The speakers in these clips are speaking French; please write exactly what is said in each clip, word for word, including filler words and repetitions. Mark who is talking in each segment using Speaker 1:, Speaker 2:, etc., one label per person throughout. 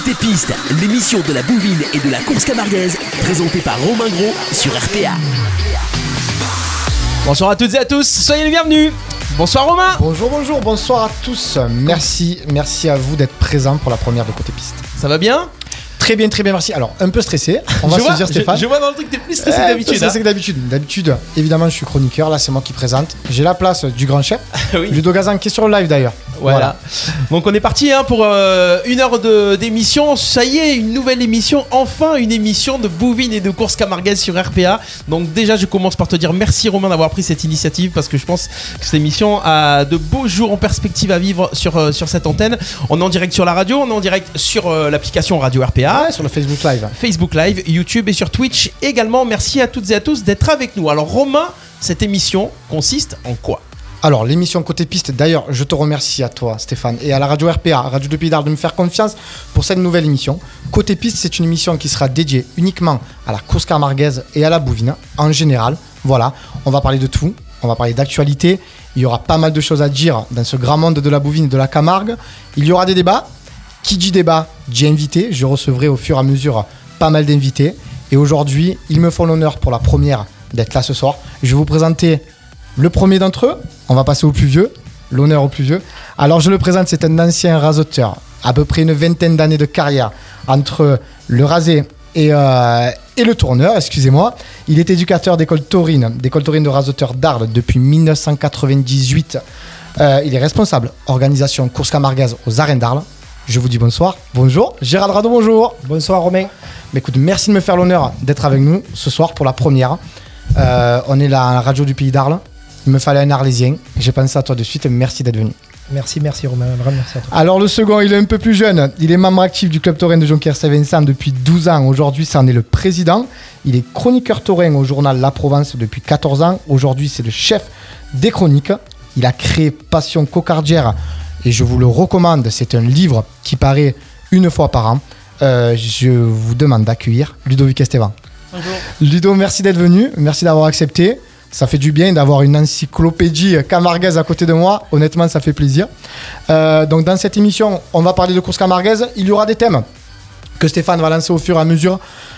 Speaker 1: Côté piste, l'émission de la bouvine et de la course camarguaise, présentée par Romain Gros sur R P A.
Speaker 2: Bonsoir à toutes et à tous, soyez les bienvenus. Bonsoir Romain.
Speaker 3: Bonjour, bonjour, bonsoir à tous. Merci, merci à vous d'être présents pour la première de Côté Piste.
Speaker 2: Ça va bien ?
Speaker 3: Très bien, très bien, merci. Alors, un peu stressé, on va
Speaker 2: je
Speaker 3: se
Speaker 2: vois,
Speaker 3: dire Stéphane.
Speaker 2: Je, je vois dans le truc que t'es plus stressé
Speaker 3: euh,
Speaker 2: que d'habitude.
Speaker 3: Plus stressé
Speaker 2: hein.
Speaker 3: que d'habitude. D'habitude, évidemment, je suis chroniqueur, là c'est moi qui présente. J'ai la place du grand chef,
Speaker 2: oui.
Speaker 3: Ludo Gazan, qui est sur le live d'ailleurs.
Speaker 2: Voilà.
Speaker 3: Voilà.
Speaker 2: Donc on est parti hein, pour euh, une heure de, d'émission. Ça y est, une nouvelle émission. Enfin, une émission de bouvine et de course camarguaise sur R P A. Donc déjà, je commence par te dire merci Romain d'avoir pris cette initiative parce que je pense que cette émission a de beaux jours en perspective à vivre sur, euh, sur cette antenne. On est en direct sur la radio, on est en direct sur euh, l'application Radio R P A.
Speaker 3: Ouais, sur le Facebook Live.
Speaker 2: Facebook Live, YouTube et sur Twitch également. Merci à toutes et à tous d'être avec nous. Alors Romain, cette émission consiste en quoi ?
Speaker 3: Alors, l'émission Côté Piste, d'ailleurs, je te remercie à toi, Stéphane, et à la radio R P A, Radio de Pays d'Arles, de me faire confiance pour cette nouvelle émission. Côté Piste, c'est une émission qui sera dédiée uniquement à la course camarguaise et à la bouvine, en général. Voilà, on va parler de tout, on va parler d'actualité. Il y aura pas mal de choses à dire dans ce grand monde de la bouvine et de la Camargue. Il y aura des débats. Qui dit débat, dit invité. Je recevrai au fur et à mesure pas mal d'invités. Et aujourd'hui, ils me font l'honneur pour la première d'être là ce soir. Je vais vous présenter le premier d'entre eux. On va passer au plus vieux. L'honneur au plus vieux. Alors je le présente, c'est un ancien rasoteur. À peu près une vingtaine d'années de carrière entre le rasé et, euh, et le tourneur, excusez-moi. Il est éducateur d'école taurine, d'école taurine de rasoteur d'Arles depuis dix-neuf cent quatre-vingt-dix-huit. Euh, il est responsable organisation course camarguaise aux arènes d'Arles. Je vous dis bonsoir. Bonjour. Gérald Rado, bonjour.
Speaker 4: Bonsoir Romain.
Speaker 3: Mais écoute, merci de me faire l'honneur d'être avec nous ce soir pour la première. Euh, on est là à la radio du Pays d'Arles. Il me fallait un Arlésien. J'ai pensé à toi de suite. Merci d'être venu.
Speaker 4: Merci, merci Romain. Un grand merci à toi.
Speaker 3: Alors le second, il est un peu plus jeune. Il est membre actif du club taurin de Jonquière-Saint-Vincent depuis douze ans. Aujourd'hui, c'en est le président. Il est chroniqueur taurin au journal La Provence depuis quatorze ans. Aujourd'hui, c'est le chef des chroniques. Il a créé Passion Cocardière. Et je vous le recommande, c'est un livre qui paraît une fois par an. Euh, je vous demande d'accueillir Ludovic Esteban.
Speaker 2: Bonjour.
Speaker 3: Ludo, merci d'être venu, merci d'avoir accepté. Ça fait du bien d'avoir une encyclopédie camarguaise à côté de moi. Honnêtement, ça fait plaisir. Euh, donc dans cette émission, on va parler de course camarguaise. Il y aura des thèmes que Stéphane va lancer au fur et à mesure.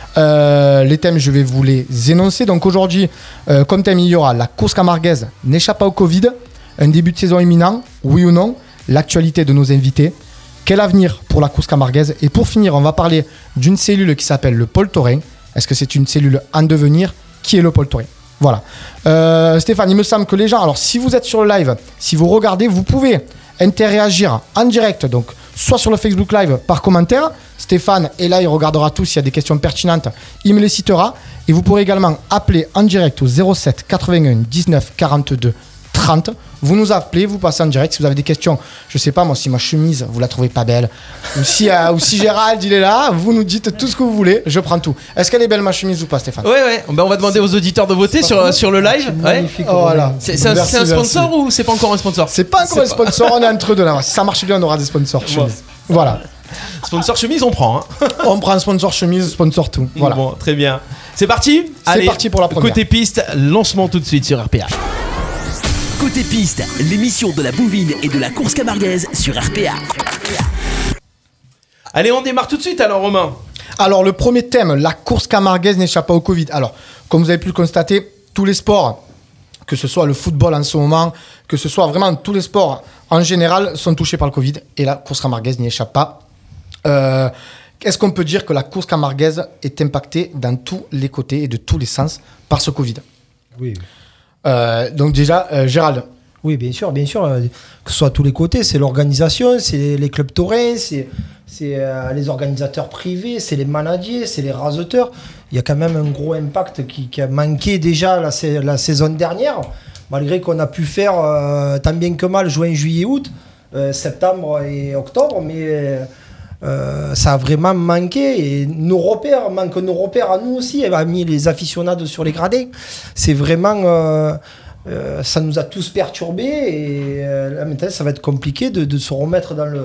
Speaker 3: Euh, les thèmes, je vais vous les énoncer. Donc aujourd'hui, euh, comme thème, il y aura la course camarguaise n'échappe pas au Covid. Un début de saison imminent, oui ou non ? L'actualité de nos invités, quel avenir pour la course camarguaise. Et pour finir, on va parler d'une cellule qui s'appelle le pôle taurin. Est-ce que c'est une cellule en devenir ? Qui est le pôle taurin ? Voilà. Euh, Stéphane, il me semble que les gens, alors si vous êtes sur le live, si vous regardez, vous pouvez interagir en direct, donc soit sur le Facebook Live par commentaire. Stéphane est là, il regardera tout. S'il y a des questions pertinentes, il me les citera. Et vous pourrez également appeler en direct au zéro sept quatre-vingt-un dix-neuf quarante-deux trente. Vous nous appelez, vous passez en direct si vous avez des questions. Je sais pas moi, si ma chemise vous la trouvez pas belle, ou si, euh, ou si Gérald il est là, vous nous dites tout ce que vous voulez, je prends tout. Est-ce qu'elle est belle ma chemise ou pas, Stéphane ?
Speaker 2: Ouais ouais. Ben, on va demander aux auditeurs de voter sur, sur le live. Ouais.
Speaker 4: Magnifique.
Speaker 3: Oh, voilà.
Speaker 2: C'est, c'est, un,
Speaker 3: Merci,
Speaker 2: c'est un sponsor
Speaker 3: merci.
Speaker 2: ou c'est pas encore un sponsor ?
Speaker 3: C'est pas encore
Speaker 2: C'est
Speaker 3: un sponsor, on est entre deux là. Si ça marche bien, on aura des sponsors chemise. Voilà.
Speaker 2: Sponsor chemise, on prend. Hein.
Speaker 3: On prend un sponsor chemise, sponsor tout. Voilà.
Speaker 2: Bon, très bien. C'est parti ?
Speaker 3: C'est
Speaker 2: Allez,
Speaker 3: parti pour la première.
Speaker 2: Côté piste, lancement tout de suite sur R P A.
Speaker 1: Côté piste, l'émission de la bouvine et de la course camarguaise sur R P A.
Speaker 2: Allez, on démarre tout de suite alors Romain.
Speaker 3: Alors le premier thème, la course camarguaise n'échappe pas au Covid. Alors, comme vous avez pu le constater, tous les sports, que ce soit le football en ce moment, que ce soit vraiment tous les sports en général, sont touchés par le Covid. Et la course camarguaise n'y échappe pas. Euh, est-ce qu'on peut dire que la course camarguaise est impactée dans tous les côtés et de tous les sens par ce Covid ?
Speaker 4: Oui.
Speaker 3: Euh, donc déjà, euh, Gérald.
Speaker 4: Oui, bien sûr, bien sûr. euh, Que ce soit à tous les côtés, c'est l'organisation, c'est les clubs taurins, c'est, c'est euh, les organisateurs privés, c'est les managers, c'est les raseteurs. Il y a quand même un gros impact qui, qui a manqué déjà la, sa- la saison dernière, malgré qu'on a pu faire euh, tant bien que mal juin, juillet, août, euh, septembre et octobre, mais euh, euh, ça a vraiment manqué. Et nos repères, manquent nos repères à nous aussi. Elle a mis les aficionados sur les gradins. C'est vraiment... euh, Euh, ça nous a tous perturbés et euh, là maintenant ça va être compliqué de, de se remettre dans le,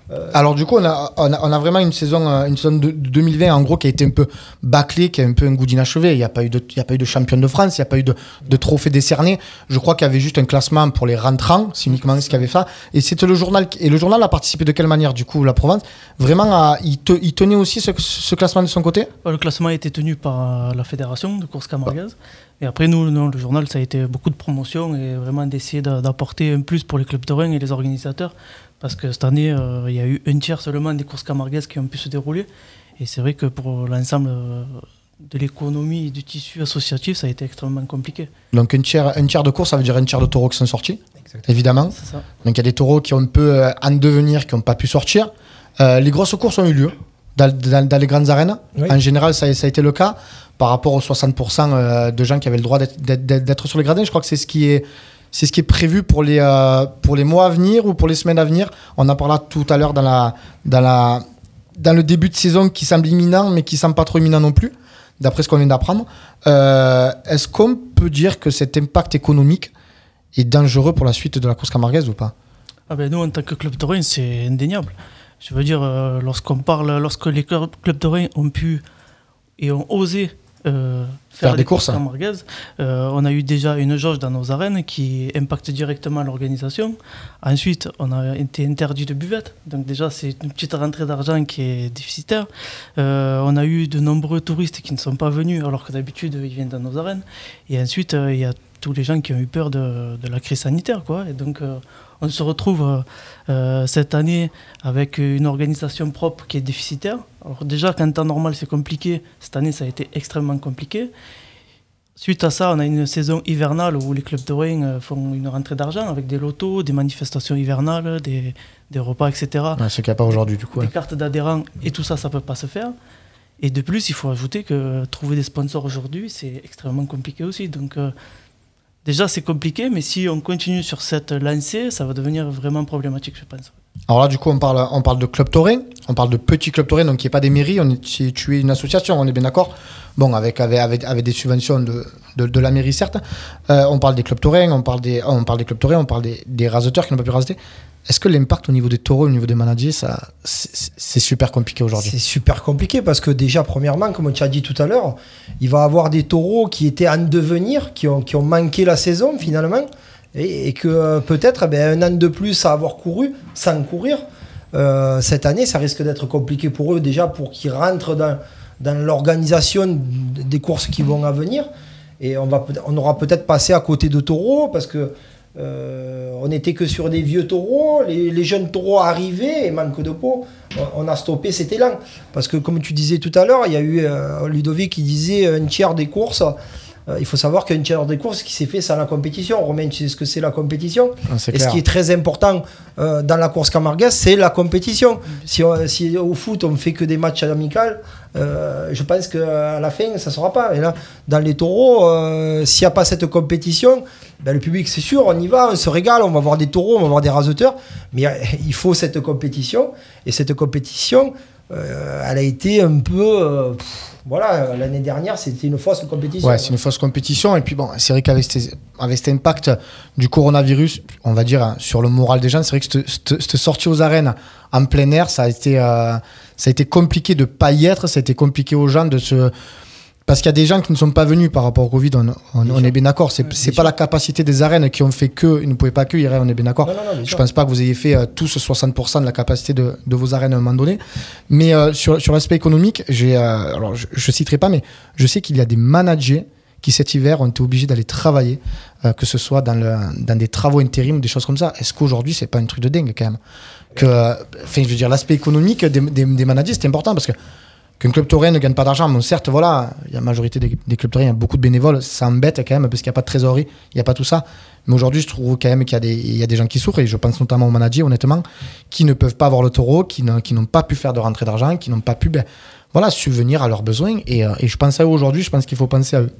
Speaker 3: Euh... Alors du coup, on a, on, a, on a vraiment une saison, une saison de, de deux mille vingt en gros qui a été un peu bâclée, qui a un peu un goût d'inachevé. Il n'y a pas eu de, il y a pas eu de championne de France, il n'y a pas eu de, de trophée décerné. Je crois qu'il y avait juste un classement pour les rentrants, c'est uniquement ce qu'il y avait fait. Et c'était le journal, et le journal a participé de quelle manière du coup, la Provence? Vraiment, à, il, te, il tenait aussi ce, ce classement de son côté?
Speaker 5: Le classement a été tenu par la fédération de course camarguaise. Et après, nous, non, le journal, ça a été beaucoup de promotion et vraiment d'essayer d'apporter un plus pour les clubs terrain et les organisateurs. Parce que cette année, euh, il y a eu un tiers seulement des courses camarguaises qui ont pu se dérouler. Et c'est vrai que pour l'ensemble euh, de l'économie et du tissu associatif, ça a été extrêmement compliqué.
Speaker 3: Donc un tiers, un tiers de course, ça veut dire un tiers de taureaux qui sont sortis, exactement. Évidemment.
Speaker 5: C'est ça.
Speaker 3: Donc il y a des taureaux qui ont un peu euh, en devenir, qui n'ont pas pu sortir. Euh, les grosses courses ont eu lieu dans, dans, dans les grandes arènes. Oui. En général, ça, ça a été le cas. Par rapport aux soixante pour cent de gens qui avaient le droit d'être, d'être, d'être sur les gradins, je crois que c'est ce qui est... C'est ce qui est prévu pour les, euh, pour les mois à venir ou pour les semaines à venir. On en parlera tout à l'heure dans, la, dans, la, dans le début de saison qui semble imminent, mais qui ne semble pas trop imminent non plus, d'après ce qu'on vient d'apprendre. Euh, est-ce qu'on peut dire que cet impact économique est dangereux pour la suite de la course camarguaise ou pas?
Speaker 5: Ah ben nous, en tant que club taurin, c'est indéniable. Je veux dire, euh, lorsqu'on parle, lorsque les clubs taurins ont pu et ont osé Euh, faire,
Speaker 3: faire des courses,
Speaker 5: courses camarguaises. Euh, on a eu déjà une jauge dans nos arènes qui impacte directement l'organisation. Ensuite, on a été interdit de buvette. Donc déjà, c'est une petite rentrée d'argent qui est déficitaire. Euh, on a eu de nombreux touristes qui ne sont pas venus, alors que d'habitude, ils viennent dans nos arènes. Et ensuite, il euh, y a tous les gens qui ont eu peur de, de la crise sanitaire, quoi. Et donc, euh, on se retrouve euh, cette année avec une organisation propre qui est déficitaire. Alors déjà, qu'en temps normal, c'est compliqué. Cette année, ça a été extrêmement compliqué. Suite à ça, on a une saison hivernale où les clubs taurins font une rentrée d'argent avec des lotos, des manifestations hivernales, des, des repas, et cetera.
Speaker 3: Ouais, ce qu'il n'y a pas aujourd'hui, du coup.
Speaker 5: Des
Speaker 3: ouais.
Speaker 5: cartes d'adhérents, et tout ça, ça ne peut pas se faire. Et de plus, il faut ajouter que trouver des sponsors aujourd'hui, c'est extrêmement compliqué aussi. Donc, euh, déjà, c'est compliqué, mais si on continue sur cette lancée, ça va devenir vraiment problématique, je pense.
Speaker 3: Alors là, du coup, on parle, on parle de club taurin, on parle de petits clubs taurins, donc qui n'est pas des mairies, on est, tu es une association, on est bien d'accord. Bon, avec, avec, avec, avec des subventions de, de, de la mairie, certes. Euh, on parle des clubs taurins, on parle des, on parle des clubs taurins, on parle des, des raseteurs qui n'ont pas pu raseter. Est-ce que l'impact au niveau des taureaux, au niveau des managers, ça, c'est, c'est super compliqué aujourd'hui?
Speaker 4: C'est super compliqué parce que déjà, premièrement, comme tu as dit tout à l'heure, il va y avoir des taureaux qui étaient en devenir, qui ont, qui ont manqué la saison finalement, et, et que euh, peut-être eh ben, un an de plus à avoir couru, sans courir, euh, cette année, ça risque d'être compliqué pour eux déjà pour qu'ils rentrent dans, dans l'organisation des courses qui vont à venir. Et on, va, on aura peut-être passé à côté de taureaux parce que Euh, on n'était que sur des vieux taureaux, les, les jeunes taureaux arrivaient et manque de peau, on, on a stoppé cet élan. Parce que comme tu disais tout à l'heure, il y a eu euh, Ludovic qui disait un tiers des courses. Euh, il faut savoir qu'un tiers des courses qui s'est fait sans la compétition. Romain, tu sais ce que c'est la compétition?
Speaker 3: Ah, c'est
Speaker 4: et
Speaker 3: clair.
Speaker 4: ce qui est très important euh, dans la course camarguaise, c'est la compétition. Si, on, si au foot on fait que des matchs amicaux, Euh, je pense qu'à la fin, ça ne sera pas. Et là, dans les taureaux, euh, s'il n'y a pas cette compétition, ben, le public, c'est sûr, on y va, on se régale, on va voir des taureaux, on va voir des raseteurs. Mais euh, il faut cette compétition. Et cette compétition, euh, elle a été un peu... Euh, pff, voilà, l'année dernière, c'était une fausse compétition.
Speaker 3: Ouais, c'est une fausse compétition. Et puis, bon, c'est vrai qu'avec cet, avec cet impact du coronavirus, on va dire, hein, sur le moral des gens, c'est vrai que cette, cette, cette sortie aux arènes en plein air, ça a été... Euh, Ça a été compliqué de ne pas y être, ça a été compliqué aux gens de se... Parce qu'il y a des gens qui ne sont pas venus par rapport au Covid, on, on, on est bien d'accord. C'est, c'est pas la capacité des arènes qui ont fait que, ils ne pouvaient pas accueillir, on est bien d'accord.
Speaker 4: Non, non, non,
Speaker 3: je ne pense pas que vous ayez fait euh, tous soixante pour cent de la capacité de, de vos arènes à un moment donné. Mais euh, sur, sur l'aspect économique, j'ai, euh, alors je ne citerai pas, mais je sais qu'il y a des managers qui cet hiver ont été obligés d'aller travailler, euh, que ce soit dans, le, dans des travaux intérim ou des choses comme ça. Est-ce qu'aujourd'hui, c'est pas un truc de dingue quand même que, enfin, je veux dire, l'aspect économique des, des, des managers, c'est important parce que qu'un club taurin ne gagne pas d'argent, bon, certes, voilà, il y a la majorité des, des clubs taurins, il y a beaucoup de bénévoles, ça embête quand même parce qu'il n'y a pas de trésorerie, il n'y a pas tout ça. Mais aujourd'hui, je trouve quand même qu'il y a des, il y a des gens qui souffrent, et je pense notamment aux managers, honnêtement, qui ne peuvent pas avoir le taureau, qui, ne, qui n'ont pas pu faire de rentrée d'argent, qui n'ont pas pu, ben, voilà, subvenir à leurs besoins. Et, et je pense à eux aujourd'hui, je pense qu'il faut penser à eux.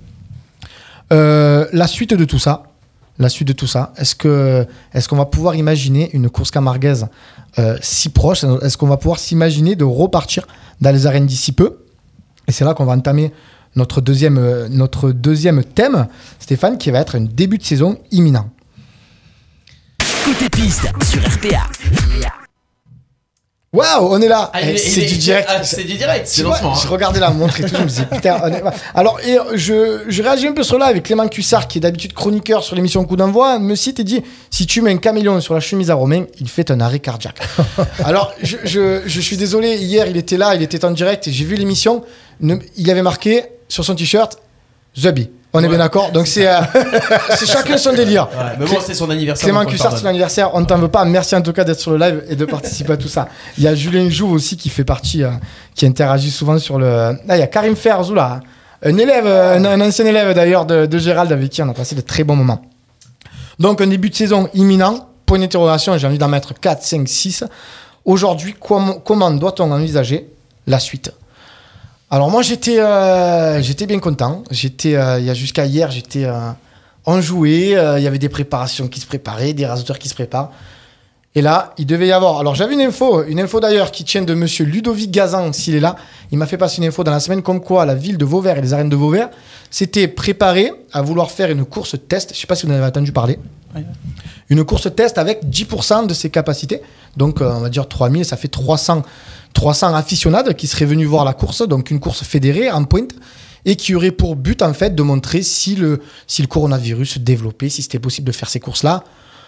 Speaker 3: Euh, la suite de tout ça, la suite de tout ça, est-ce que, est-ce qu'on va pouvoir imaginer une course camarguaise euh, si proche? Est-ce qu'on va pouvoir s'imaginer de repartir dans les arènes d'ici peu? Et c'est là qu'on va entamer notre deuxième, euh, notre deuxième thème, Stéphane, qui va être un début de saison imminent.
Speaker 1: Côté piste sur R P A.
Speaker 3: Waouh, on est là.
Speaker 2: Ah,
Speaker 3: Eh,
Speaker 2: il est-
Speaker 3: c'est
Speaker 2: il est-
Speaker 3: du direct.
Speaker 2: ah, c'est du direct, c'est
Speaker 3: Tu vois,
Speaker 2: lancement.
Speaker 3: Je
Speaker 2: hein.
Speaker 3: regardais la montre et tout, je me disais putain. on est- Alors, et je, je réagis un peu sur là avec Clément Cussard, qui est d'habitude chroniqueur sur l'émission Coup d'envoi, me cite et dit si tu mets un caméléon sur la chemise à Romain, il fait un arrêt cardiaque. Alors, je, je, je suis désolé, hier il était là, il était en direct et j'ai vu l'émission. Ne- il avait marqué sur son t-shirt Zubi. On est
Speaker 2: Ouais,
Speaker 3: bien d'accord. Donc c'est, euh, c'est chacun son délire.
Speaker 2: Ouais, mais bon, c'est son anniversaire.
Speaker 3: Clément
Speaker 2: donc on le
Speaker 3: Cussard, c'est
Speaker 2: pardonne.
Speaker 3: l'anniversaire. On ne t'en veut pas. Merci en tout cas d'être sur le live et de participer à tout ça. Il y a Julien Jouve aussi qui fait partie, euh, qui interagit souvent sur le. Ah, il y a Karim Ferzou là, un élève, euh, un, un ancien élève d'ailleurs de, de Gérald avec qui on a passé de très bons moments. Donc un début de saison imminent. Point d'interrogation. J'ai envie d'en mettre quatre, cinq, six. Aujourd'hui, com- comment doit-on envisager la suite? Alors moi j'étais euh, j'étais bien content. J'étais euh, il y a jusqu'à hier j'étais euh, enjoué. Euh, il y avait des préparations qui se préparaient, des rasoteurs qui se préparent. Et là il devait y avoir. Alors j'avais une info, une info d'ailleurs qui tient de Monsieur Ludovic Gazan s'il est là. Il m'a fait passer une info dans la semaine comme quoi la ville de Vauvert et les arènes de Vauvert s'étaient préparées à vouloir faire une course test. Je sais pas si vous en avez entendu parler.
Speaker 5: Ouais.
Speaker 3: Une course test avec dix pour cent de ses capacités. Donc euh, on va dire trois mille, ça fait trois cents. trois cents aficionades qui seraient venus voir la course, donc une course fédérée en pointe, et qui aurait pour but en fait de montrer si le, si le coronavirus se développait, si c'était possible de faire ces courses-là.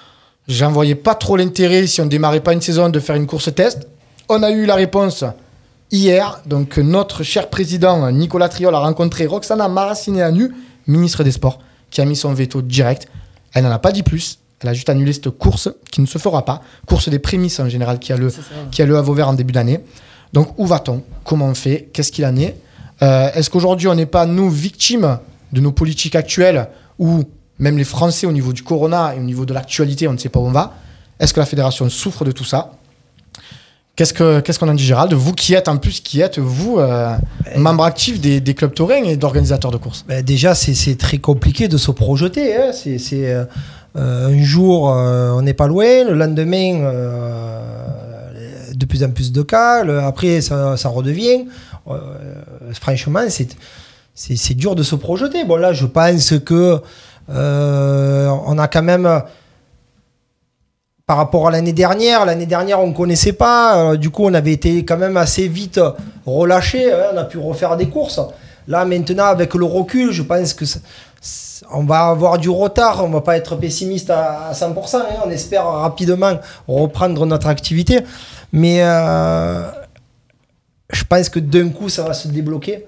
Speaker 3: J'en voyais pas trop l'intérêt si on démarrait pas une saison de faire une course test. On a eu la réponse hier, donc notre cher président Nicolas Triol a rencontré Roxana Maracineanu, ministre des Sports, qui a mis son veto direct. Elle n'en a pas dit plus. Elle a juste annulé cette course qui ne se fera pas. Course des prémices en général qui a le,
Speaker 5: C'est ça.
Speaker 3: qui a le à Vauvert en début d'année. Donc où va-t-on? Comment on fait? Qu'est-ce qu'il en est? Euh, Est-ce qu'aujourd'hui on n'est pas nous victimes de nos politiques actuelles ou même les Français au niveau du corona et au niveau de l'actualité, on ne sait pas où on va? Est-ce que la fédération souffre de tout ça? Qu'est-ce que qu'est-ce qu'on en dit, Gérald? Vous qui êtes en plus qui êtes vous euh, membre actif des, des clubs taurins et d'organisateurs de courses.
Speaker 4: Ben, déjà, c'est c'est très compliqué de se projeter. Hein. C'est c'est, euh, euh, un jour, euh, on n'est pas loin. Le lendemain, euh, de plus en plus de cas. Le- après, ça, ça redevient. Euh, franchement, c'est c'est c'est dur de se projeter. Bon, là, je pense que euh, on a quand même. Par rapport à l'année dernière, l'année dernière on ne connaissait pas, euh, du coup on avait été quand même assez vite relâché, hein, on a pu refaire des courses. Là maintenant avec le recul, je pense que ça- c'est- on va avoir du retard, on ne va pas être pessimiste à, à cent pour cent, hein, on espère rapidement reprendre notre activité, mais euh, je pense que d'un coup ça va se débloquer.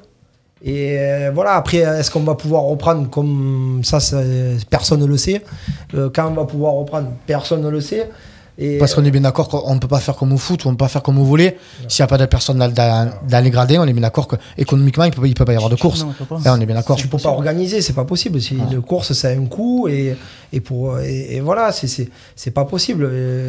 Speaker 4: Et euh, voilà, après, est-ce qu'on va pouvoir reprendre comme ça, ça personne ne le sait. Euh, quand on va pouvoir reprendre, personne ne le sait. Et,
Speaker 3: Parce qu'on est bien d'accord qu'on ne peut pas faire comme au foot ou on ne peut pas faire comme au volley. S'il n'y a pas de personnes dans, dans, dans les gradins, on est bien d'accord qu'économiquement, il ne peut, il peut pas y avoir de course.
Speaker 5: Non, on peut pas.
Speaker 3: Là, on est bien d'accord.
Speaker 4: tu peux pas organiser, c'est pas possible. Si
Speaker 3: Ah.
Speaker 4: une course, ça a un coût et, et, pour, et, et voilà, c'est, c'est, c'est pas possible.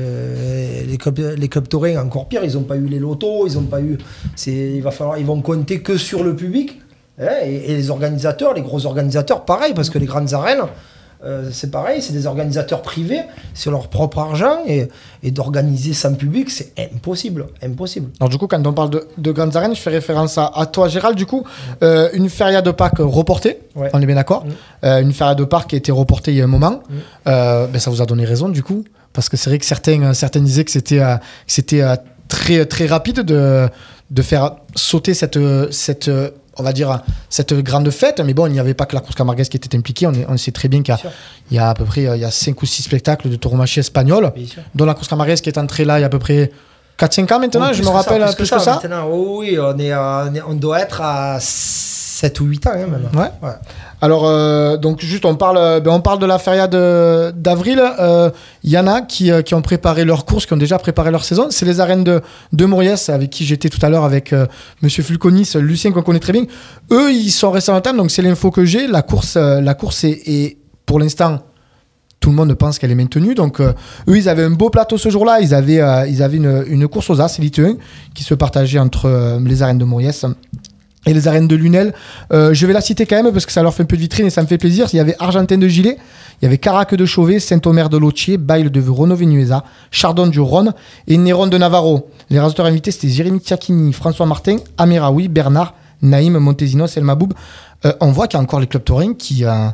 Speaker 4: Euh, les clubs, les clubs taurins, encore pire, ils n'ont pas eu les lotos, ils ont pas eu. C'est, il va falloir, ils vont compter que sur le public. Hein, et, et les organisateurs, les gros organisateurs, pareil, parce que les grandes arènes, euh, c'est pareil, c'est des organisateurs privés, c'est leur propre argent, et, et d'organiser sans public, c'est impossible, impossible.
Speaker 3: Alors du coup, quand on parle de, de grandes arènes, je fais référence à, à toi, Gérald. Du coup, euh, une feria de Pâques reportée,
Speaker 4: Ouais.
Speaker 3: on est bien d'accord.
Speaker 4: Mm.
Speaker 3: Euh, une feria de Pâques qui a été reportée il y a un moment.
Speaker 4: Mm.
Speaker 3: Euh, ben, ça vous a donné raison, du coup, parce que c'est vrai que certains, certains disaient que c'était, euh, que c'était euh, très, très rapide de, de faire sauter cette, cette, on va dire, cette grande fête. Mais bon, il n'y avait pas que la course camarguaise qui était impliquée. On, est, on sait très bien qu'il y a,
Speaker 4: Bien sûr.
Speaker 3: il y a à peu près euh, il y a cinq ou six spectacles de tauromachie espagnole,
Speaker 4: Bien sûr.
Speaker 3: dont la course camarguaise qui est entrée là il y a à peu près quatre cinq ans maintenant,
Speaker 4: Oh,
Speaker 3: je
Speaker 4: plus
Speaker 3: me
Speaker 4: que
Speaker 3: rappelle
Speaker 4: ça,
Speaker 3: plus que ça.
Speaker 4: maintenant. Oh, oui, on, est, à- on, est- on doit être à sept ou huit ans hein, même.
Speaker 3: Ouais.
Speaker 4: Ouais.
Speaker 3: Alors, euh, donc juste, on parle, euh, ben, on parle de la feria de- d'avril. Euh, Il y en a qui, euh, qui ont préparé leurs courses, qui ont déjà préparé leur saison. C'est les arènes de, de Mauriès, avec qui j'étais tout à l'heure, avec euh, Monsieur Fulconis, Lucien, qu'on connaît très bien. Eux, ils sont restés en temps, donc c'est l'info que j'ai. La course, euh, la course est, est, pour l'instant, tout le monde pense qu'elle est maintenue. Donc, euh, eux, ils avaient un beau plateau ce jour-là. Ils avaient, euh, ils avaient une, une course aux As, Elite un, qui se partageait entre euh, les arènes de Mauriès et les arènes de Lunel. Euh, je vais la citer quand même parce que ça leur fait un peu de vitrine et ça me fait plaisir. Il y avait Argentin de Gilet, il y avait Caraque de Chauvet, Saint-Omer de Lotier, Bail de Renaud-Venueza, Chardon du Rhône et Néron de Navarro. Les rasoteurs invités, c'était Jérémy Tchakini, François Martin, Amiraoui, Bernard, Naïm, Montesinos, El Maboub. Euh, on voit qu'il y a encore les clubs taurins qui, euh,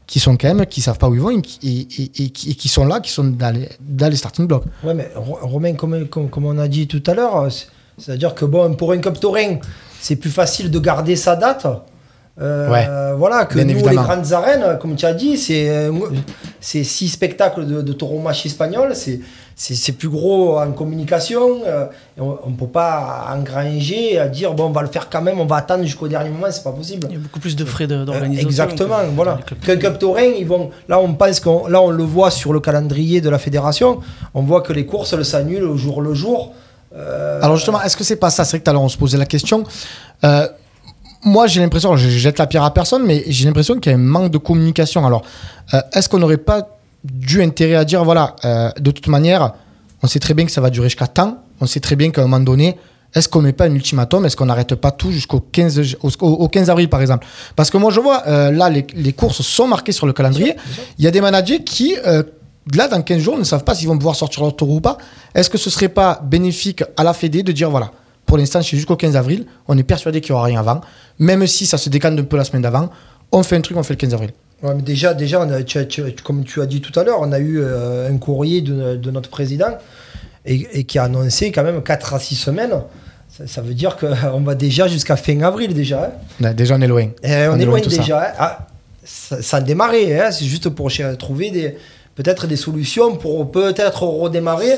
Speaker 3: qui sont quand même, qui savent pas où ils vont et, et, et, et, et qui sont là, qui sont dans les, dans les starting blocks.
Speaker 4: Ouais, mais Romain, comme, comme, comme on a dit tout à l'heure, c'est-à-dire que bon, pour un Cup Touring, c'est plus facile de garder sa date. Euh,
Speaker 3: ouais.
Speaker 4: Voilà, que
Speaker 3: Bien
Speaker 4: nous,
Speaker 3: évidemment.
Speaker 4: les grandes arènes, comme tu as dit, c'est, c'est six spectacles de, de taureau match espagnol, c'est, c'est, c'est plus gros en communication. Euh, on ne peut pas engranger à dire bon, on va le faire quand même, on va attendre jusqu'au dernier moment, c'est pas possible.
Speaker 5: Il y a beaucoup plus de frais de, d'organisation.
Speaker 4: Euh, exactement,
Speaker 5: que,
Speaker 4: voilà. Qu'un Cup Touring, ils vont, là, on pense qu'on, là, on le voit sur le calendrier de la fédération, on voit que les courses, elles s'annulent au jour le jour. Euh,
Speaker 3: Alors justement, est-ce que c'est pas ça? C'est vrai que tout à l'heure, on se posait la question. Euh, Moi, j'ai l'impression, je jette la pierre à personne, mais j'ai l'impression qu'il y a un manque de communication. Alors, euh, est-ce qu'on n'aurait pas dû intérêt à dire, voilà, euh, de toute manière, on sait très bien que ça va durer jusqu'à temps, on sait très bien qu'à un moment donné, est-ce qu'on ne met pas un ultimatum, est-ce qu'on n'arrête pas tout jusqu'au quinze, au, au quinze avril, par exemple? Parce que moi, je vois, euh, là, les, les courses sont marquées sur le calendrier. Il y a des managers qui, euh, là, dans quinze jours, ne savent pas s'ils vont pouvoir sortir leur taureau ou pas. Est-ce que ce ne serait pas bénéfique à la Fédé de dire, voilà, pour l'instant, c'est jusqu'au quinze avril. On est persuadé qu'il n'y aura rien avant. Même si ça se décante un peu la semaine d'avant, on fait un truc, on fait le quinze avril.
Speaker 4: Ouais, mais déjà, déjà on a, tu, tu, comme tu as dit tout à l'heure, on a eu euh, un courrier de, de notre président et, et qui a annoncé quand même quatre à six semaines. Ça, ça veut dire qu'on va déjà jusqu'à fin avril déjà. Hein.
Speaker 3: Là, déjà, on est loin.
Speaker 4: Et on, on est, est loin, loin déjà. Hein. Ah, ça, ça a démarré. Hein. C'est juste pour trouver des, peut-être des solutions pour peut-être redémarrer.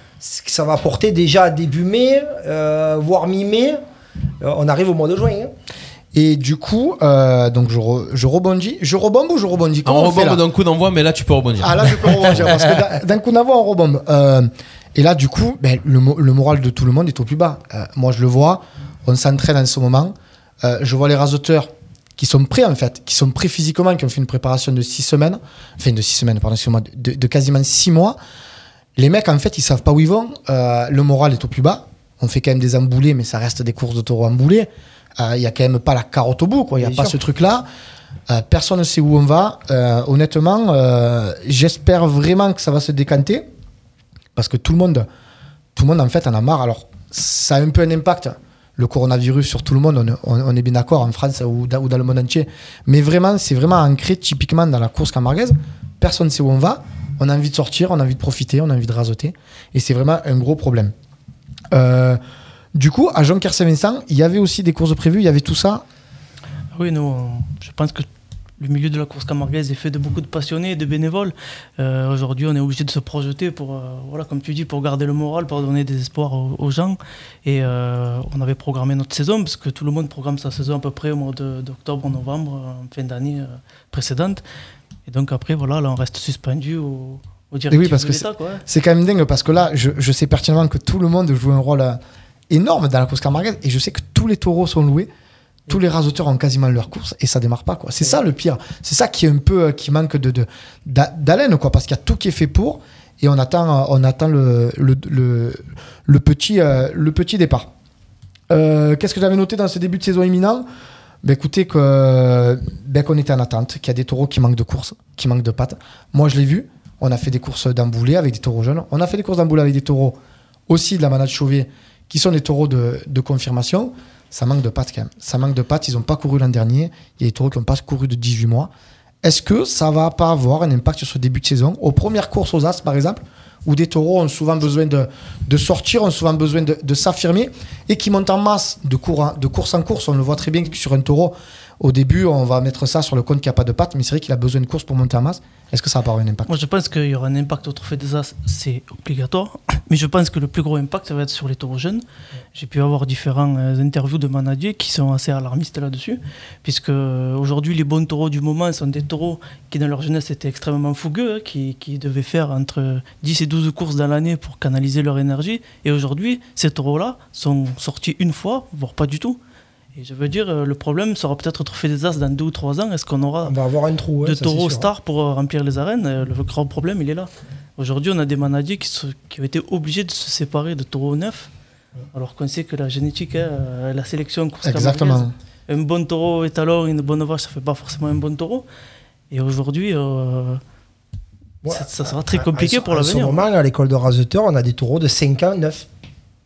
Speaker 4: Ça va porter déjà début mai, euh, voire mi-mai. Euh, on arrive au mois de juin. Hein.
Speaker 3: Et du coup, euh, donc je, re, je rebondis. Je rebombe ou je rebondis?
Speaker 2: On, on rebombe d'un coup d'envoi, mais là tu peux rebondir.
Speaker 3: Ah là je peux rebondir parce que d'un coup d'envoi on rebombe. Euh, et là du coup, ben, le, le moral de tout le monde est au plus bas. Euh, moi je le vois, on s'entraîne en ce moment. Euh, je vois les raseteurs qui sont prêts en fait, qui sont prêts physiquement, qui ont fait une préparation de six semaines, enfin de six semaines, pardon, excusez-moi, de, de quasiment six mois. Les mecs, en fait, ils savent pas où ils vont. Euh, le moral est au plus bas. On fait quand même des emboulés, mais ça reste des courses de taureaux emboulés. Il euh, y a quand même pas la carotte au bout, quoi. Il y a Bien pas sûr. Ce truc-là. Euh, personne ne sait où on va. Euh, honnêtement, euh, j'espère vraiment que ça va se décanter, parce que tout le monde, tout le monde en fait en a marre. Alors, ça a un peu un impact, le coronavirus, sur tout le monde. On, on, on est bien d'accord en France ou dans, ou dans le monde entier. Mais vraiment, c'est vraiment ancré typiquement dans la course camarguaise. Personne ne sait où on va. On a envie de sortir, on a envie de profiter, on a envie de rasoter. Et c'est vraiment un gros problème. Euh, du coup, à Jonquière-Saint-Vincent, il y avait aussi des courses prévues, il y avait tout ça.
Speaker 5: Oui, nous, je pense que le milieu de la course camarguaise est fait de beaucoup de passionnés et de bénévoles. Euh, aujourd'hui, on est obligé de se projeter pour, euh, voilà, comme tu dis, pour garder le moral, pour donner des espoirs aux, aux gens. Et euh, on avait programmé notre saison, parce que tout le monde programme sa saison à peu près au mois de, d'octobre, novembre, en fin d'année euh, précédente. Et donc après, voilà, là, on reste suspendu au, au directives
Speaker 3: oui, parce
Speaker 5: de
Speaker 3: que
Speaker 5: l'État.
Speaker 3: C'est,
Speaker 5: quoi.
Speaker 3: c'est quand même dingue, parce que là, je, je sais pertinemment que tout le monde joue un rôle euh, énorme dans la course camarguaise, et je sais que tous les taureaux sont loués, tous les raseteurs ont quasiment leur course, et ça démarre pas, quoi. C'est ça le pire. C'est ça qui est un peu, euh, qui manque de, de, d'haleine, quoi, parce qu'il y a tout qui est fait pour, et on attend, on attend le, le, le, le, petit, euh, le petit départ. Euh, qu'est-ce que j'avais noté dans ce début de saison imminent? Ben écoutez, que, ben qu'on était en attente, qu'il y a des taureaux qui manquent de courses, qui manquent de pattes. Moi, je l'ai vu. On a fait des courses d'emboulés avec des taureaux jeunes. On a fait des courses d'emboulés avec des taureaux aussi de la manade Chauvet, qui sont des taureaux de, de confirmation. Ça manque de pattes quand même. Ça manque de pattes. Ils n'ont pas couru l'an dernier. Il y a des taureaux qui n'ont pas couru de dix-huit mois. Est-ce que ça ne va pas avoir un impact sur ce début de saison? Aux premières courses aux As, par exemple, où des taureaux ont souvent besoin de, de sortir, ont souvent besoin de, de s'affirmer, et qui montent en masse de, cours, de course en course. On le voit très bien que sur un taureau, au début, on va mettre ça sur le compte qui n'a pas de pattes, mais c'est vrai qu'il a besoin de course pour monter en masse. Est-ce que ça va pas avoir un impact?
Speaker 5: Moi, je pense qu'il y aura un impact au Trophée des As, c'est obligatoire. Mais je pense que le plus gros impact, ça va être sur les taureaux jeunes. J'ai pu avoir différentes euh, interviews de manadiers qui sont assez alarmistes là-dessus, puisque euh, aujourd'hui, les bons taureaux du moment sont des taureaux qui, dans leur jeunesse, étaient extrêmement fougueux, hein, qui, qui devaient faire entre dix et douze courses dans l'année pour canaliser leur énergie. Et aujourd'hui, ces taureaux-là sont sortis une fois, voire pas du tout. Et je veux dire, le problème sera peut-être au Trophée des As dans deux ou trois ans. Est-ce qu'on aura
Speaker 4: on va avoir un trou,
Speaker 5: de
Speaker 4: ouais,
Speaker 5: taureaux stars pour remplir les arènes? Le grand problème, il est là. Aujourd'hui, on a des manadiers qui, se, qui ont été obligés de se séparer de taureaux neufs, alors qu'on sait que la génétique, hein, la sélection course camarguaise, un bon taureau étalon, une bonne vache, ça ne fait pas forcément un bon taureau. Et aujourd'hui, euh, ouais, ça, ça sera très compliqué
Speaker 4: à,
Speaker 5: pour l'avenir.
Speaker 4: En ce moment, à l'école de raseteurs, on a des taureaux de cinq ans, neuf.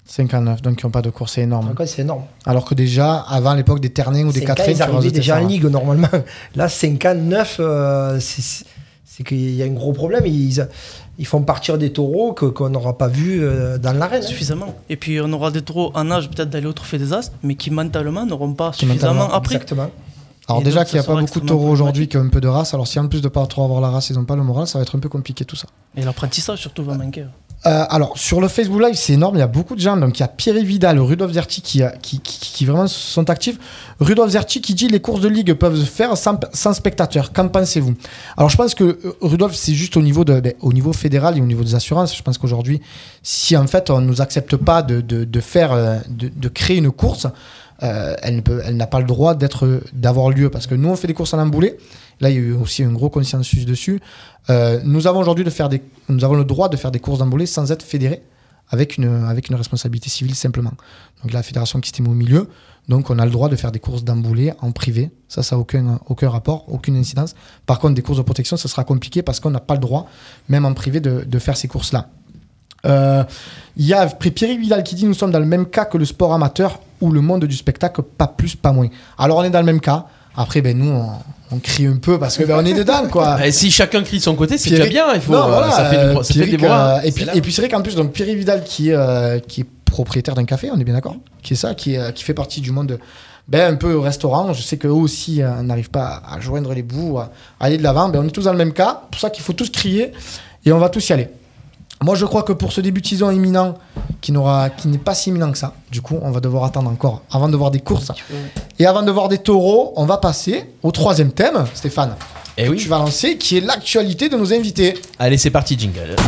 Speaker 3: cinquante-neuf, donc qui n'ont pas de course, c'est énorme.
Speaker 4: Donc, c'est énorme.
Speaker 3: Alors que déjà, avant l'époque des Ternins ou des Quatrains,
Speaker 4: ils arrivaient déjà en Ligue normalement. Là, cinquante-neuf, euh, c'est, c'est qu'il y a un gros problème. Ils, ils font partir des taureaux que, qu'on n'aura pas vus euh, dans l'arène.
Speaker 5: Suffisamment. Et puis on aura des taureaux en âge peut-être d'aller au Trophée des As, mais qui mentalement n'auront pas
Speaker 3: Qui
Speaker 5: suffisamment appris.
Speaker 4: Exactement.
Speaker 3: Alors
Speaker 5: Et
Speaker 3: déjà
Speaker 5: donc,
Speaker 3: qu'il n'y a
Speaker 5: ça
Speaker 3: pas
Speaker 5: sera
Speaker 3: beaucoup de
Speaker 5: extrêmement
Speaker 3: taureaux aujourd'hui qui ont un peu de race, alors si en plus de pas trop avoir la race, ils n'ont pas le moral, ça va être un peu compliqué tout ça.
Speaker 5: Et l'apprentissage surtout va manquer.
Speaker 3: Euh, alors sur le Facebook Live, c'est énorme, il y a beaucoup de gens. Donc il y a Pierre Vidal, Rudolf Zerti qui, qui, qui, qui vraiment sont actifs. Rudolf Zerti qui dit les courses de ligue peuvent se faire sans, sans spectateurs. Qu'en pensez-vous? Alors je pense que euh, Rudolf, c'est juste au niveau, de, ben, au niveau fédéral et au niveau des assurances. Je pense qu'aujourd'hui, si en fait on ne nous accepte pas de, de, de faire, euh, de, de créer une course, euh, elle, ne peut, elle n'a pas le droit d'être, d'avoir lieu. Parce que nous on fait des courses en emboulé. Là, il y a eu aussi un gros consensus dessus. Euh, nous avons aujourd'hui de faire des, nous avons le droit de faire des courses d'embolée sans être fédérés, avec une, avec une responsabilité civile simplement. Donc la fédération qui se met au milieu, donc on a le droit de faire des courses d'embolée en privé. Ça, ça n'a aucun, aucun rapport, aucune incidence. Par contre, des courses de protection, ça sera compliqué parce qu'on n'a pas le droit, même en privé, de, de faire ces courses-là. Il euh, y a Pierre Vidal qui dit nous sommes dans le même cas que le sport amateur ou le monde du spectacle, pas plus, pas moins. Alors on est dans le même cas. Après, ben nous, on, on crie un peu parce que ben on est dedans, quoi.
Speaker 2: Et si chacun crie de son côté, c'est
Speaker 3: Pierrick,
Speaker 2: déjà bien. Il faut,
Speaker 3: non,
Speaker 2: euh,
Speaker 3: voilà,
Speaker 2: ça fait,
Speaker 3: euh,
Speaker 2: du, ça fait des
Speaker 3: Pierrick,
Speaker 2: bras.
Speaker 3: euh, et, puis, et puis c'est vrai qu'en plus, donc Pierre Vidal qui, euh, qui est propriétaire d'un café, on est bien d'accord, qui est ça, qui, est, qui fait partie du monde de, ben, un peu au restaurant. Je sais qu'eux aussi euh, n'arrivent pas à joindre les bouts, à aller de l'avant. Ben, on est tous dans le même cas. C'est pour ça qu'il faut tous crier et on va tous y aller. Moi, je crois que pour ce début de saison imminent, qui, n'aura, qui n'est pas si imminent que ça, du coup, on va devoir attendre encore avant de voir des courses. Et avant de voir des taureaux, on va passer au troisième thème, Stéphane.
Speaker 2: Et oui.
Speaker 3: Tu vas lancer, qui est l'actualité de nos invités.
Speaker 2: Allez, c'est parti, jingle.